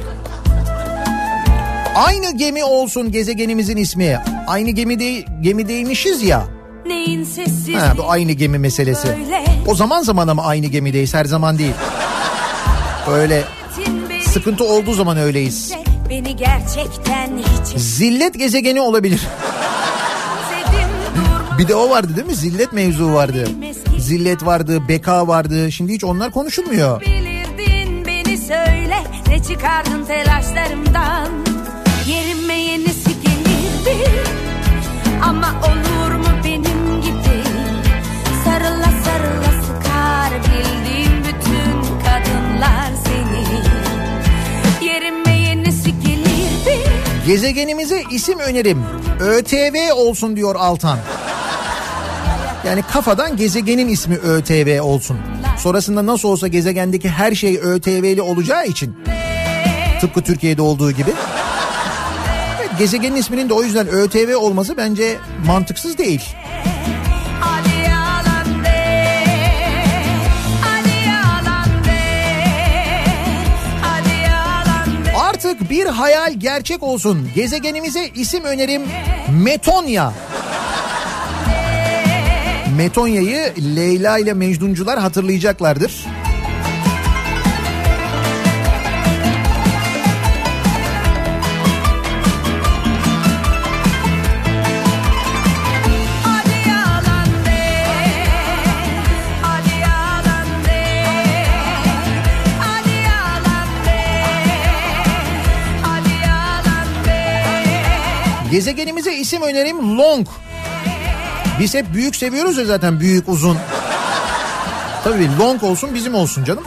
Aynı gemi olsun gezegenimizin ismi. Aynı gemide gemideymişiz ya. Neyin sessizliği Ha, bu aynı gemi meselesi. böyle. O zaman zaman ama aynı gemideyiz, her zaman değil. Öyle sıkıntı olduğu zaman öyleyiz. Beni gerçekten hiç Zillet gezegeni olabilir. sevdim durma. Bir de o vardı değil mi? Zillet mevzu vardı. Zillet vardı, beka vardı. Şimdi hiç onlar konuşulmuyor. Bilirdin beni söyle, ne çıkardın telaşlarımdan. Yerime yenisi gelirdi, ama olur mu benim gibi? Sarıla sarıla sıkar bildiğim bütün kadınlar seni. Yerime yenisi gelirdi. Gezegenimize isim önerim. ÖTV olsun diyor Altan. Yani kafadan gezegenin ismi ÖTV olsun. Sonrasında nasıl olsa gezegendeki her şey ÖTV'li olacağı için. Tıpkı Türkiye'de olduğu gibi. Evet, gezegenin isminin de o yüzden ÖTV olması bence mantıksız değil. Hadi yalan de, hadi yalan de, hadi yalan de. Artık bir hayal gerçek olsun. Gezegenimize isim önerim Metonya. Metonya'yı Leyla ile Mecnuncular hatırlayacaklardır. Hadi yalan de, hadi yalan de, hadi yalan de, hadi yalan de. Gezegenimize isim önerim Long. Biz hep büyük seviyoruz ya zaten, büyük uzun. Tabii Long olsun bizim olsun canım.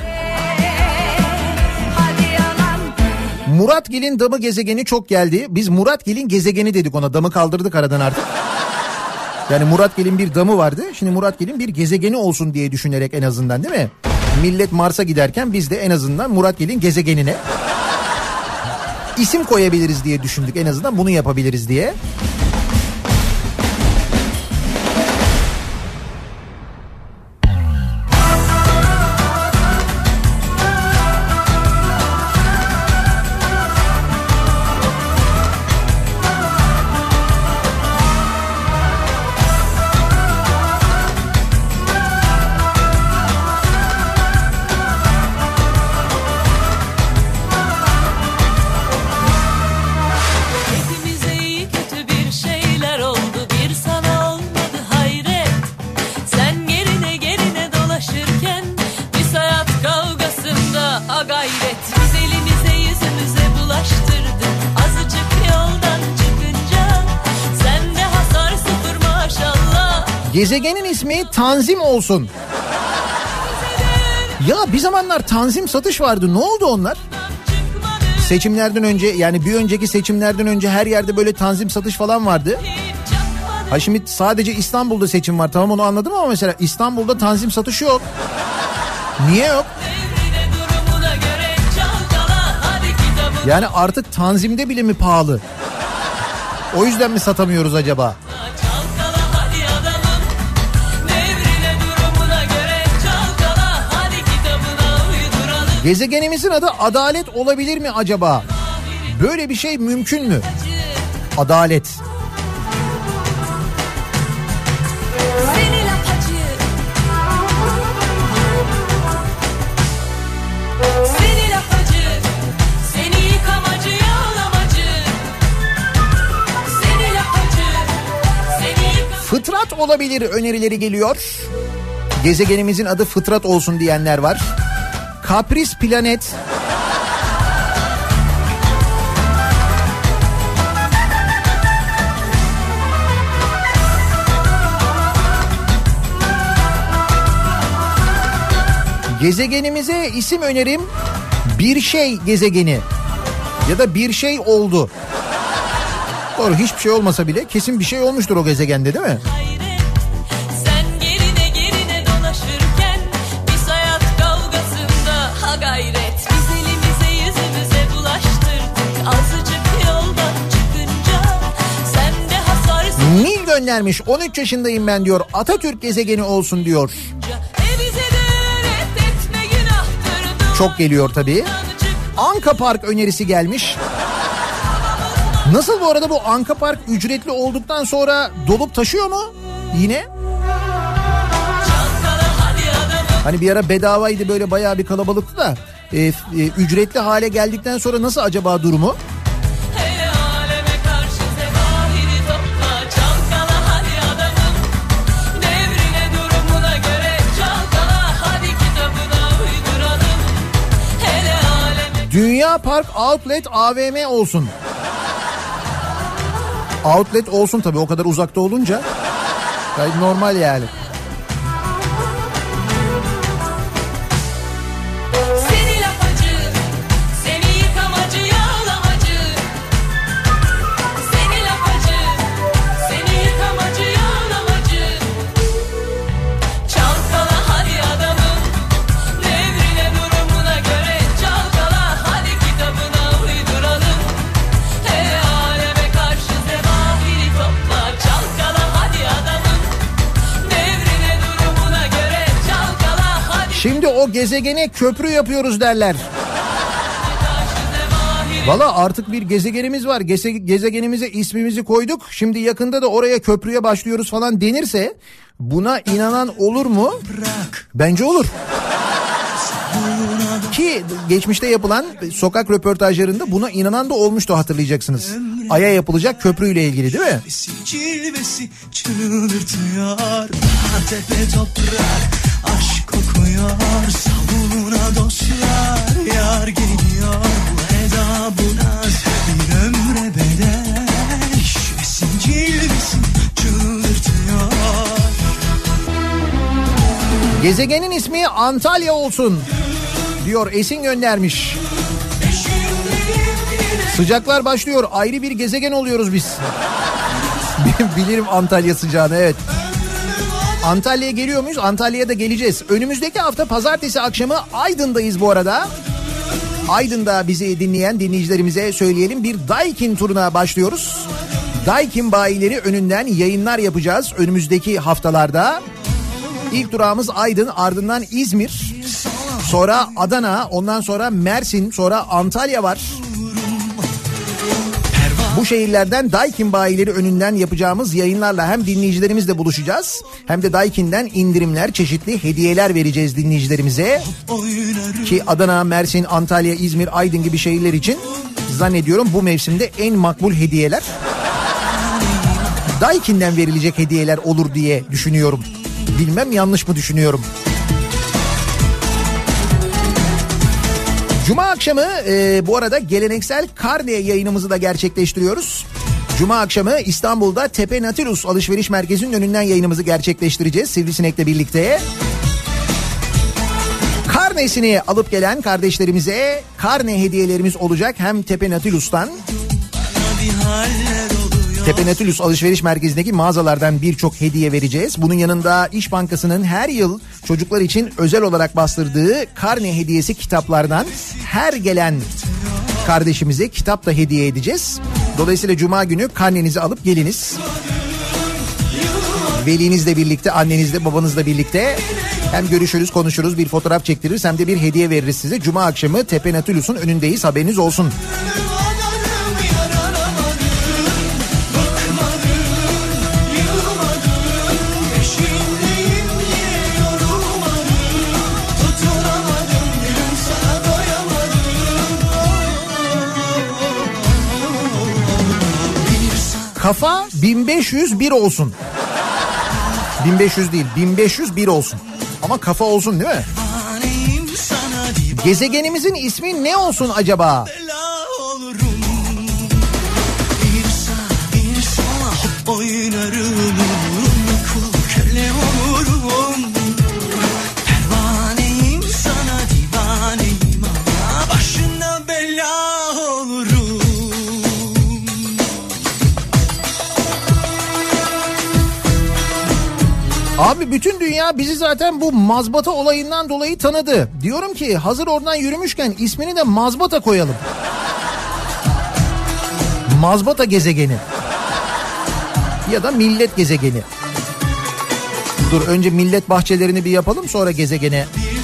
Muratgil'in damı gezegeni çok geldi. Biz Muratgil'in gezegeni dedik ona, damı kaldırdık aradan artık. Yani Muratgil'in bir damı vardı. Şimdi Muratgil'in bir gezegeni olsun diye düşünerek en azından, değil mi? Millet Mars'a giderken biz de en azından Muratgil'in gezegenine isim koyabiliriz diye düşündük. En azından bunu yapabiliriz diye. Gezegenin ismi Tanzim olsun. Ya bir zamanlar Tanzim satış vardı. Ne oldu onlar? Seçimlerden önce, yani bir önceki seçimlerden önce her yerde böyle Tanzim satış falan vardı. Ha şimdi sadece İstanbul'da seçim var, tamam onu anladım ama mesela İstanbul'da tanzim satışı yok. Niye yok? Yani artık tanzimde bile mi pahalı? O yüzden mi satamıyoruz acaba? Gezegenimizin adı adalet olabilir mi acaba? Böyle bir şey mümkün mü? Adalet. Seni lapacı, seni lapacı, seni yıkamacı, yağlamacı, seni lapacı, seni yıkamacı. Fıtrat olabilir önerileri geliyor. Gezegenimizin adı fıtrat olsun diyenler var. Kapris planet. Gezegenimize isim önerim bir şey gezegeni ya da bir şey oldu. Doğru, hiçbir şey olmasa bile kesin bir şey olmuştur o gezegende, değil mi? Sen gerine gerine dolaşırken biz hayat kavgasında ha gayret. Biz elimize yüzümüze bulaştırdık azıcık yoldan çıkınca. Sen de hasarsın. Nil göndermiş, on üç yaşındayım ben diyor, Atatürk gezegeni olsun diyor. Çok geliyor tabii. Anka Park önerisi gelmiş. Nasıl bu arada, bu Anka Park ücretli olduktan sonra dolup taşıyor mu yine? Hani bir ara bedavaydı, böyle bayağı bir kalabalıktı da e, e, ücretli hale geldikten sonra nasıl acaba durumu? Dünya Park Outlet A V M olsun. Outlet olsun tabii, o kadar uzakta olunca. Gayet normal yani. Seni lapacı, seni yıkamacı, yağlamacı. Seni lapacı, seni yıkamacı, yağlamacı. Çalkala hadi adamım, devrine durumuna göre çalkala. Hadi kitabına uyduralım, hele aleme karşı zevahiri topla. Çalkala hadi adamım, devrine durumuna göre çalkala. Hadi Şimdi o gezegene köprü yapıyoruz derler. Valla artık bir gezegenimiz var. Geze, gezegenimize ismimizi koyduk. Şimdi yakında da oraya köprüye başlıyoruz falan denirse buna inanan olur mu? Bence olur. Ki geçmişte yapılan sokak röportajlarında buna inanan da olmuştu, hatırlayacaksınız. Ay'a yapılacak köprüyle ilgili, değil mi? Cilvesi çıldırtıyor. Daha tepe toprak aşk kokuyor. Savuna dostlar yar geliyor. Bu eda bu naz bir ömre bedel. Şişmesin cilvesi çıldırtıyor. Gezegenin ismi Antalya olsun diyor, Esin göndermiş. Sıcaklar başlıyor, ayrı bir gezegen oluyoruz biz. Bilirim Antalya sıcağını, evet. Antalya'ya geliyor muyuz? Antalya'ya da geleceğiz. Önümüzdeki hafta pazartesi akşamı Aydın'dayız bu arada. Aydın'da bizi dinleyen dinleyicilerimize söyleyelim, bir Daikin turuna başlıyoruz. Daikin bayileri önünden yayınlar yapacağız önümüzdeki haftalarda. İlk durağımız Aydın, ardından İzmir, sonra Adana, ondan sonra Mersin, sonra Antalya var. Bu şehirlerden Daikin bayileri önünden yapacağımız yayınlarla hem dinleyicilerimizle buluşacağız, hem de Daikin'den indirimler, çeşitli hediyeler vereceğiz dinleyicilerimize. Ki Adana, Mersin, Antalya, İzmir, Aydın gibi şehirler için zannediyorum bu mevsimde en makbul hediyeler Daikin'den verilecek hediyeler olur diye düşünüyorum. Bilmem yanlış mı düşünüyorum. Cuma akşamı e, bu arada geleneksel karne yayınımızı da gerçekleştiriyoruz. Cuma akşamı İstanbul'da Tepe Nautilus Alışveriş Merkezi'nin önünden yayınımızı gerçekleştireceğiz Sivrisinek'le birlikte. Karnesini alıp gelen kardeşlerimize karne hediyelerimiz olacak. Hem Tepe Nautilus'tan Tepe Nautilus alışveriş merkezindeki mağazalardan birçok hediye vereceğiz. Bunun yanında İş Bankası'nın her yıl çocuklar için özel olarak bastırdığı karne hediyesi kitaplardan her gelen kardeşimize kitap da hediye edeceğiz. Dolayısıyla Cuma günü karnenizi alıp geliniz. Velinizle birlikte, annenizle, babanızla birlikte hem görüşürüz, konuşuruz, bir fotoğraf çektiririz hem de bir hediye veririz size. Cuma akşamı Tepe Nautilus'un önündeyiz, haberiniz olsun. Kafa bin beş yüz bir olsun. bin beş yüz değil, bin beş yüz bir olsun. Ama kafa olsun değil mi? Gezegenimizin ismi ne olsun acaba? Oynarım, kul köle olurum. Pervaneyim sana divaneyim ama başına bela olurum. Abi bütün dünya bizi zaten bu mazbata olayından dolayı tanıdı. Diyorum ki hazır oradan yürümüşken ismini de mazbata koyalım. Mazbata gezegeni. Ya da millet gezegeni. Dur önce millet bahçelerini bir yapalım, sonra gezegene.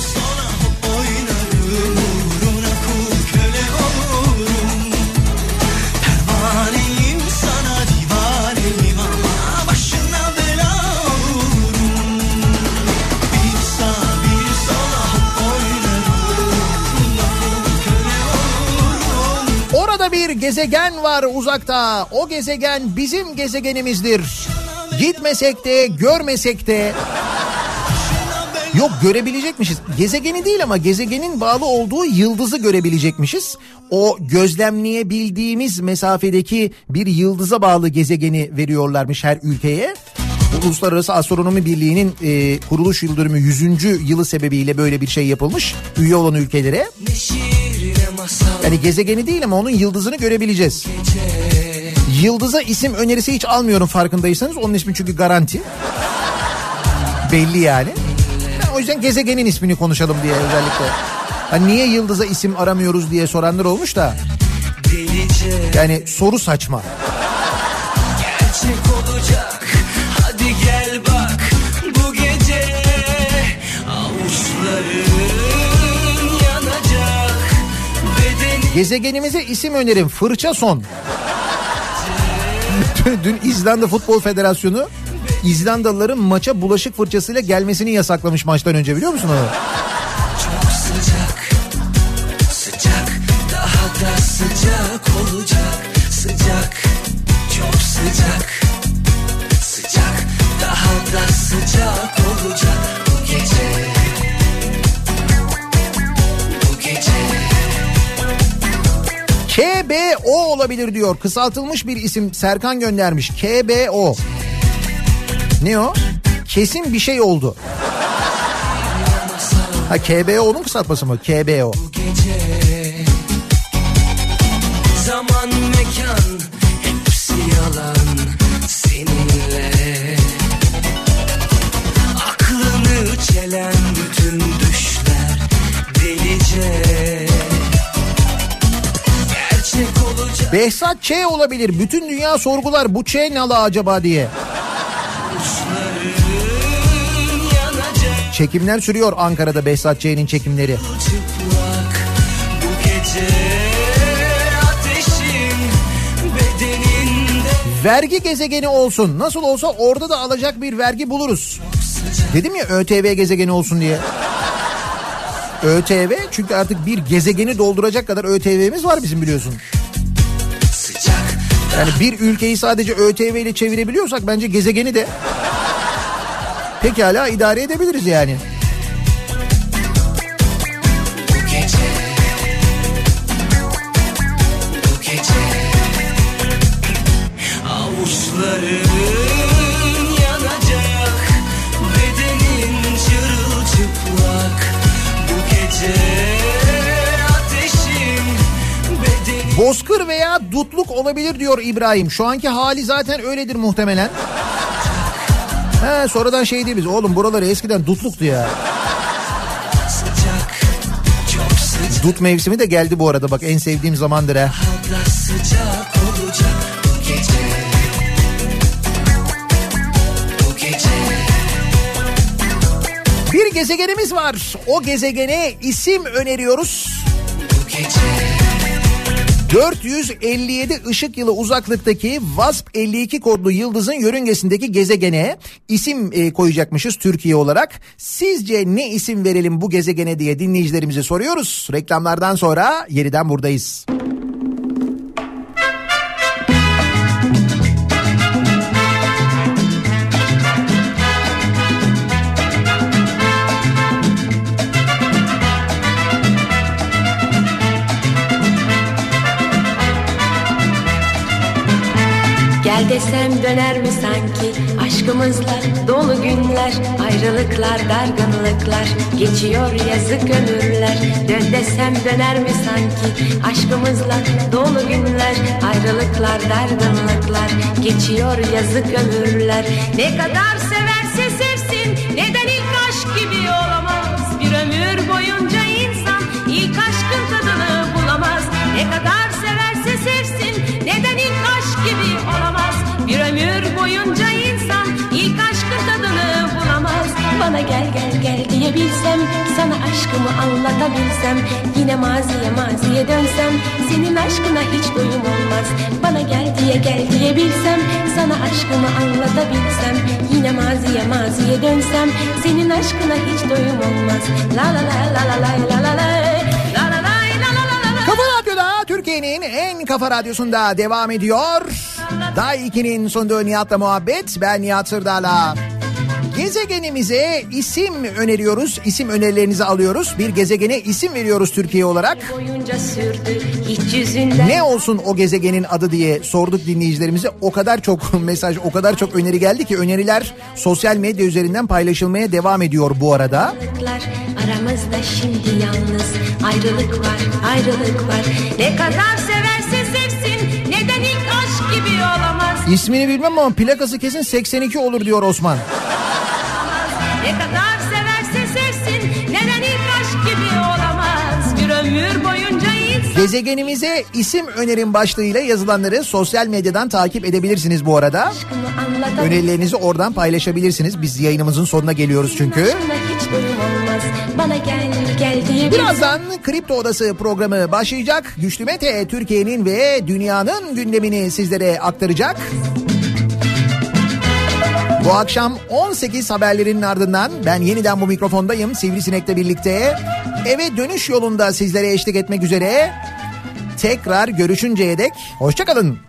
Orada bir gezegen var uzakta. O gezegen bizim gezegenimizdir. Gitmesek de görmesek de. Yok, görebilecekmişiz. Gezegeni değil ama gezegenin bağlı olduğu yıldızı görebilecekmişiz. O gözlemleyebildiğimiz mesafedeki bir yıldıza bağlı gezegeni veriyorlarmış her ülkeye. Bu Uluslararası Astronomi Birliği'nin e, kuruluş yıl dönümü yüzüncü yılı sebebiyle böyle bir şey yapılmış. Üye olan ülkelere. Yani gezegeni değil ama onun yıldızını görebileceğiz. Yıldıza isim önerisi hiç almıyorum farkındaysanız. Onun ismi çünkü garanti. Belli yani. yani. O yüzden gezegenin ismini konuşalım diye özellikle. Hani niye yıldıza isim aramıyoruz diye soranlar olmuş da. Yani soru saçma. Gerçek olacak. Hadi gel bak bu gece avuçların yanacak. Bedeni... Gezegenimize isim önerim Fırça Son. Dün İzlanda Futbol Federasyonu İzlandalıların maça bulaşık fırçasıyla gelmesini yasaklamış maçtan önce, biliyor musun onu? Çok sıcak, sıcak, daha da sıcak olacak. Sıcak, çok sıcak, sıcak, daha da sıcak olacak bu gece. Bu gece. K B O olabilir diyor. Kısaltılmış bir isim Serkan göndermiş. K B O. Ne o? Kesin bir şey oldu. Ha, K B O'nun kısaltması mı? K B O. Zaman mekan hepsi yalan seninle. Aklını çelen bütün düşler delice. Behzat Ç olabilir. Bütün dünya sorgular, bu Ç ne la acaba diye. Çekimler sürüyor Ankara'da, Behzat Ç'nin çekimleri. Vergi gezegeni olsun. Nasıl olsa orada da alacak bir vergi buluruz. Dedim ya ÖTV gezegeni olsun diye. ÖTV çünkü artık bir gezegeni dolduracak kadar ÖTV'miz var bizim, biliyorsun. Yani bir ülkeyi sadece ÖTV ile çevirebiliyorsak bence gezegeni de pekala idare edebiliriz yani. Bu gece, bu gece avuçların yanacak, bedenin çırılçıplak. Bu gece ateşim bedenin... Bozkır veya dutluk olabilir diyor İbrahim. Şu anki hali zaten öyledir muhtemelen. He, sonradan şey değil biz. Oğlum buraları eskiden dutluktu ya. Dut mevsimi de geldi bu arada. Bak en sevdiğim zamandır ha. Sıcak olacak bu gece. Bu gece. Bir gezegenimiz var. O gezegene isim öneriyoruz. Bu gece. dört yüz elli yedi ışık yılı uzaklıktaki WASP elli iki kodlu yıldızın yörüngesindeki gezegene isim e, koyacakmışız Türkiye olarak. Sizce ne isim verelim bu gezegene diye dinleyicilerimize soruyoruz. Reklamlardan sonra yeniden buradayız. Gel desem döner mi sanki aşkımızla dolu günler, ayrılıklar, dargınlıklar, geçiyor yazık ömürler. Dön desem döner mi sanki aşkımızla dolu günler, ayrılıklar, dargınlıklar, geçiyor yazık ömürler. Ne kadar severse sevsin, neden ilk aşk gibi olamaz? Bir ömür boyunca insan ilk aşkın tadını bulamaz. Ne kadar severse sevsin, neden ilk aşk gibi olamaz? Bir ömür boyunca insan ilk aşkın tadını bulamaz. Bana gel gel gel diyebilsem, sana aşkımı anlatabilsem, yine maziye maziye dönsem, senin aşkına hiç doyum olmaz. Bana gel diye gel diyebilsem, sana aşkımı anlatabilsem, yine maziye maziye dönsem, senin aşkına hiç doyum olmaz. La la la la la la la la la. Kafa Radyo'da, Türkiye'nin en kafa radyosunda devam ediyor. Day iki'nin sunduğu Nihat'la muhabbet. Ben Nihat Sırdar'la. Gezegenimize isim öneriyoruz. İsim önerilerinizi alıyoruz. Bir gezegene isim veriyoruz Türkiye olarak. Ne olsun o gezegenin adı diye sorduk dinleyicilerimize. O kadar çok mesaj, o kadar çok öneri geldi ki öneriler sosyal medya üzerinden paylaşılmaya devam ediyor bu arada. Aramızda şimdi yalnız ayrılık var, ayrılık var. Ne kadar severse sevsin, neden ilk aşk gibi olamaz? İsmini bilmem ama plakası kesin seksen iki olur diyor Osman. Ne kadar severse sevsin, neden ilk aşk gibi olamaz? Bir ömür boyunca insan... Gezegenimize isim önerim başlığıyla yazılanları sosyal medyadan takip edebilirsiniz bu arada. Önerilerinizi oradan paylaşabilirsiniz. Biz yayınımızın sonuna geliyoruz çünkü. Bana gel gel diye birazdan Kripto Odası programı başlayacak. Güçlü Mete Türkiye'nin ve dünyanın gündemini sizlere aktaracak. Bu akşam on sekiz haberlerinin ardından ben yeniden bu mikrofondayım Sivrisinek'le birlikte. Eve dönüş yolunda sizlere eşlik etmek üzere. Tekrar görüşünceye dek hoşça kalın.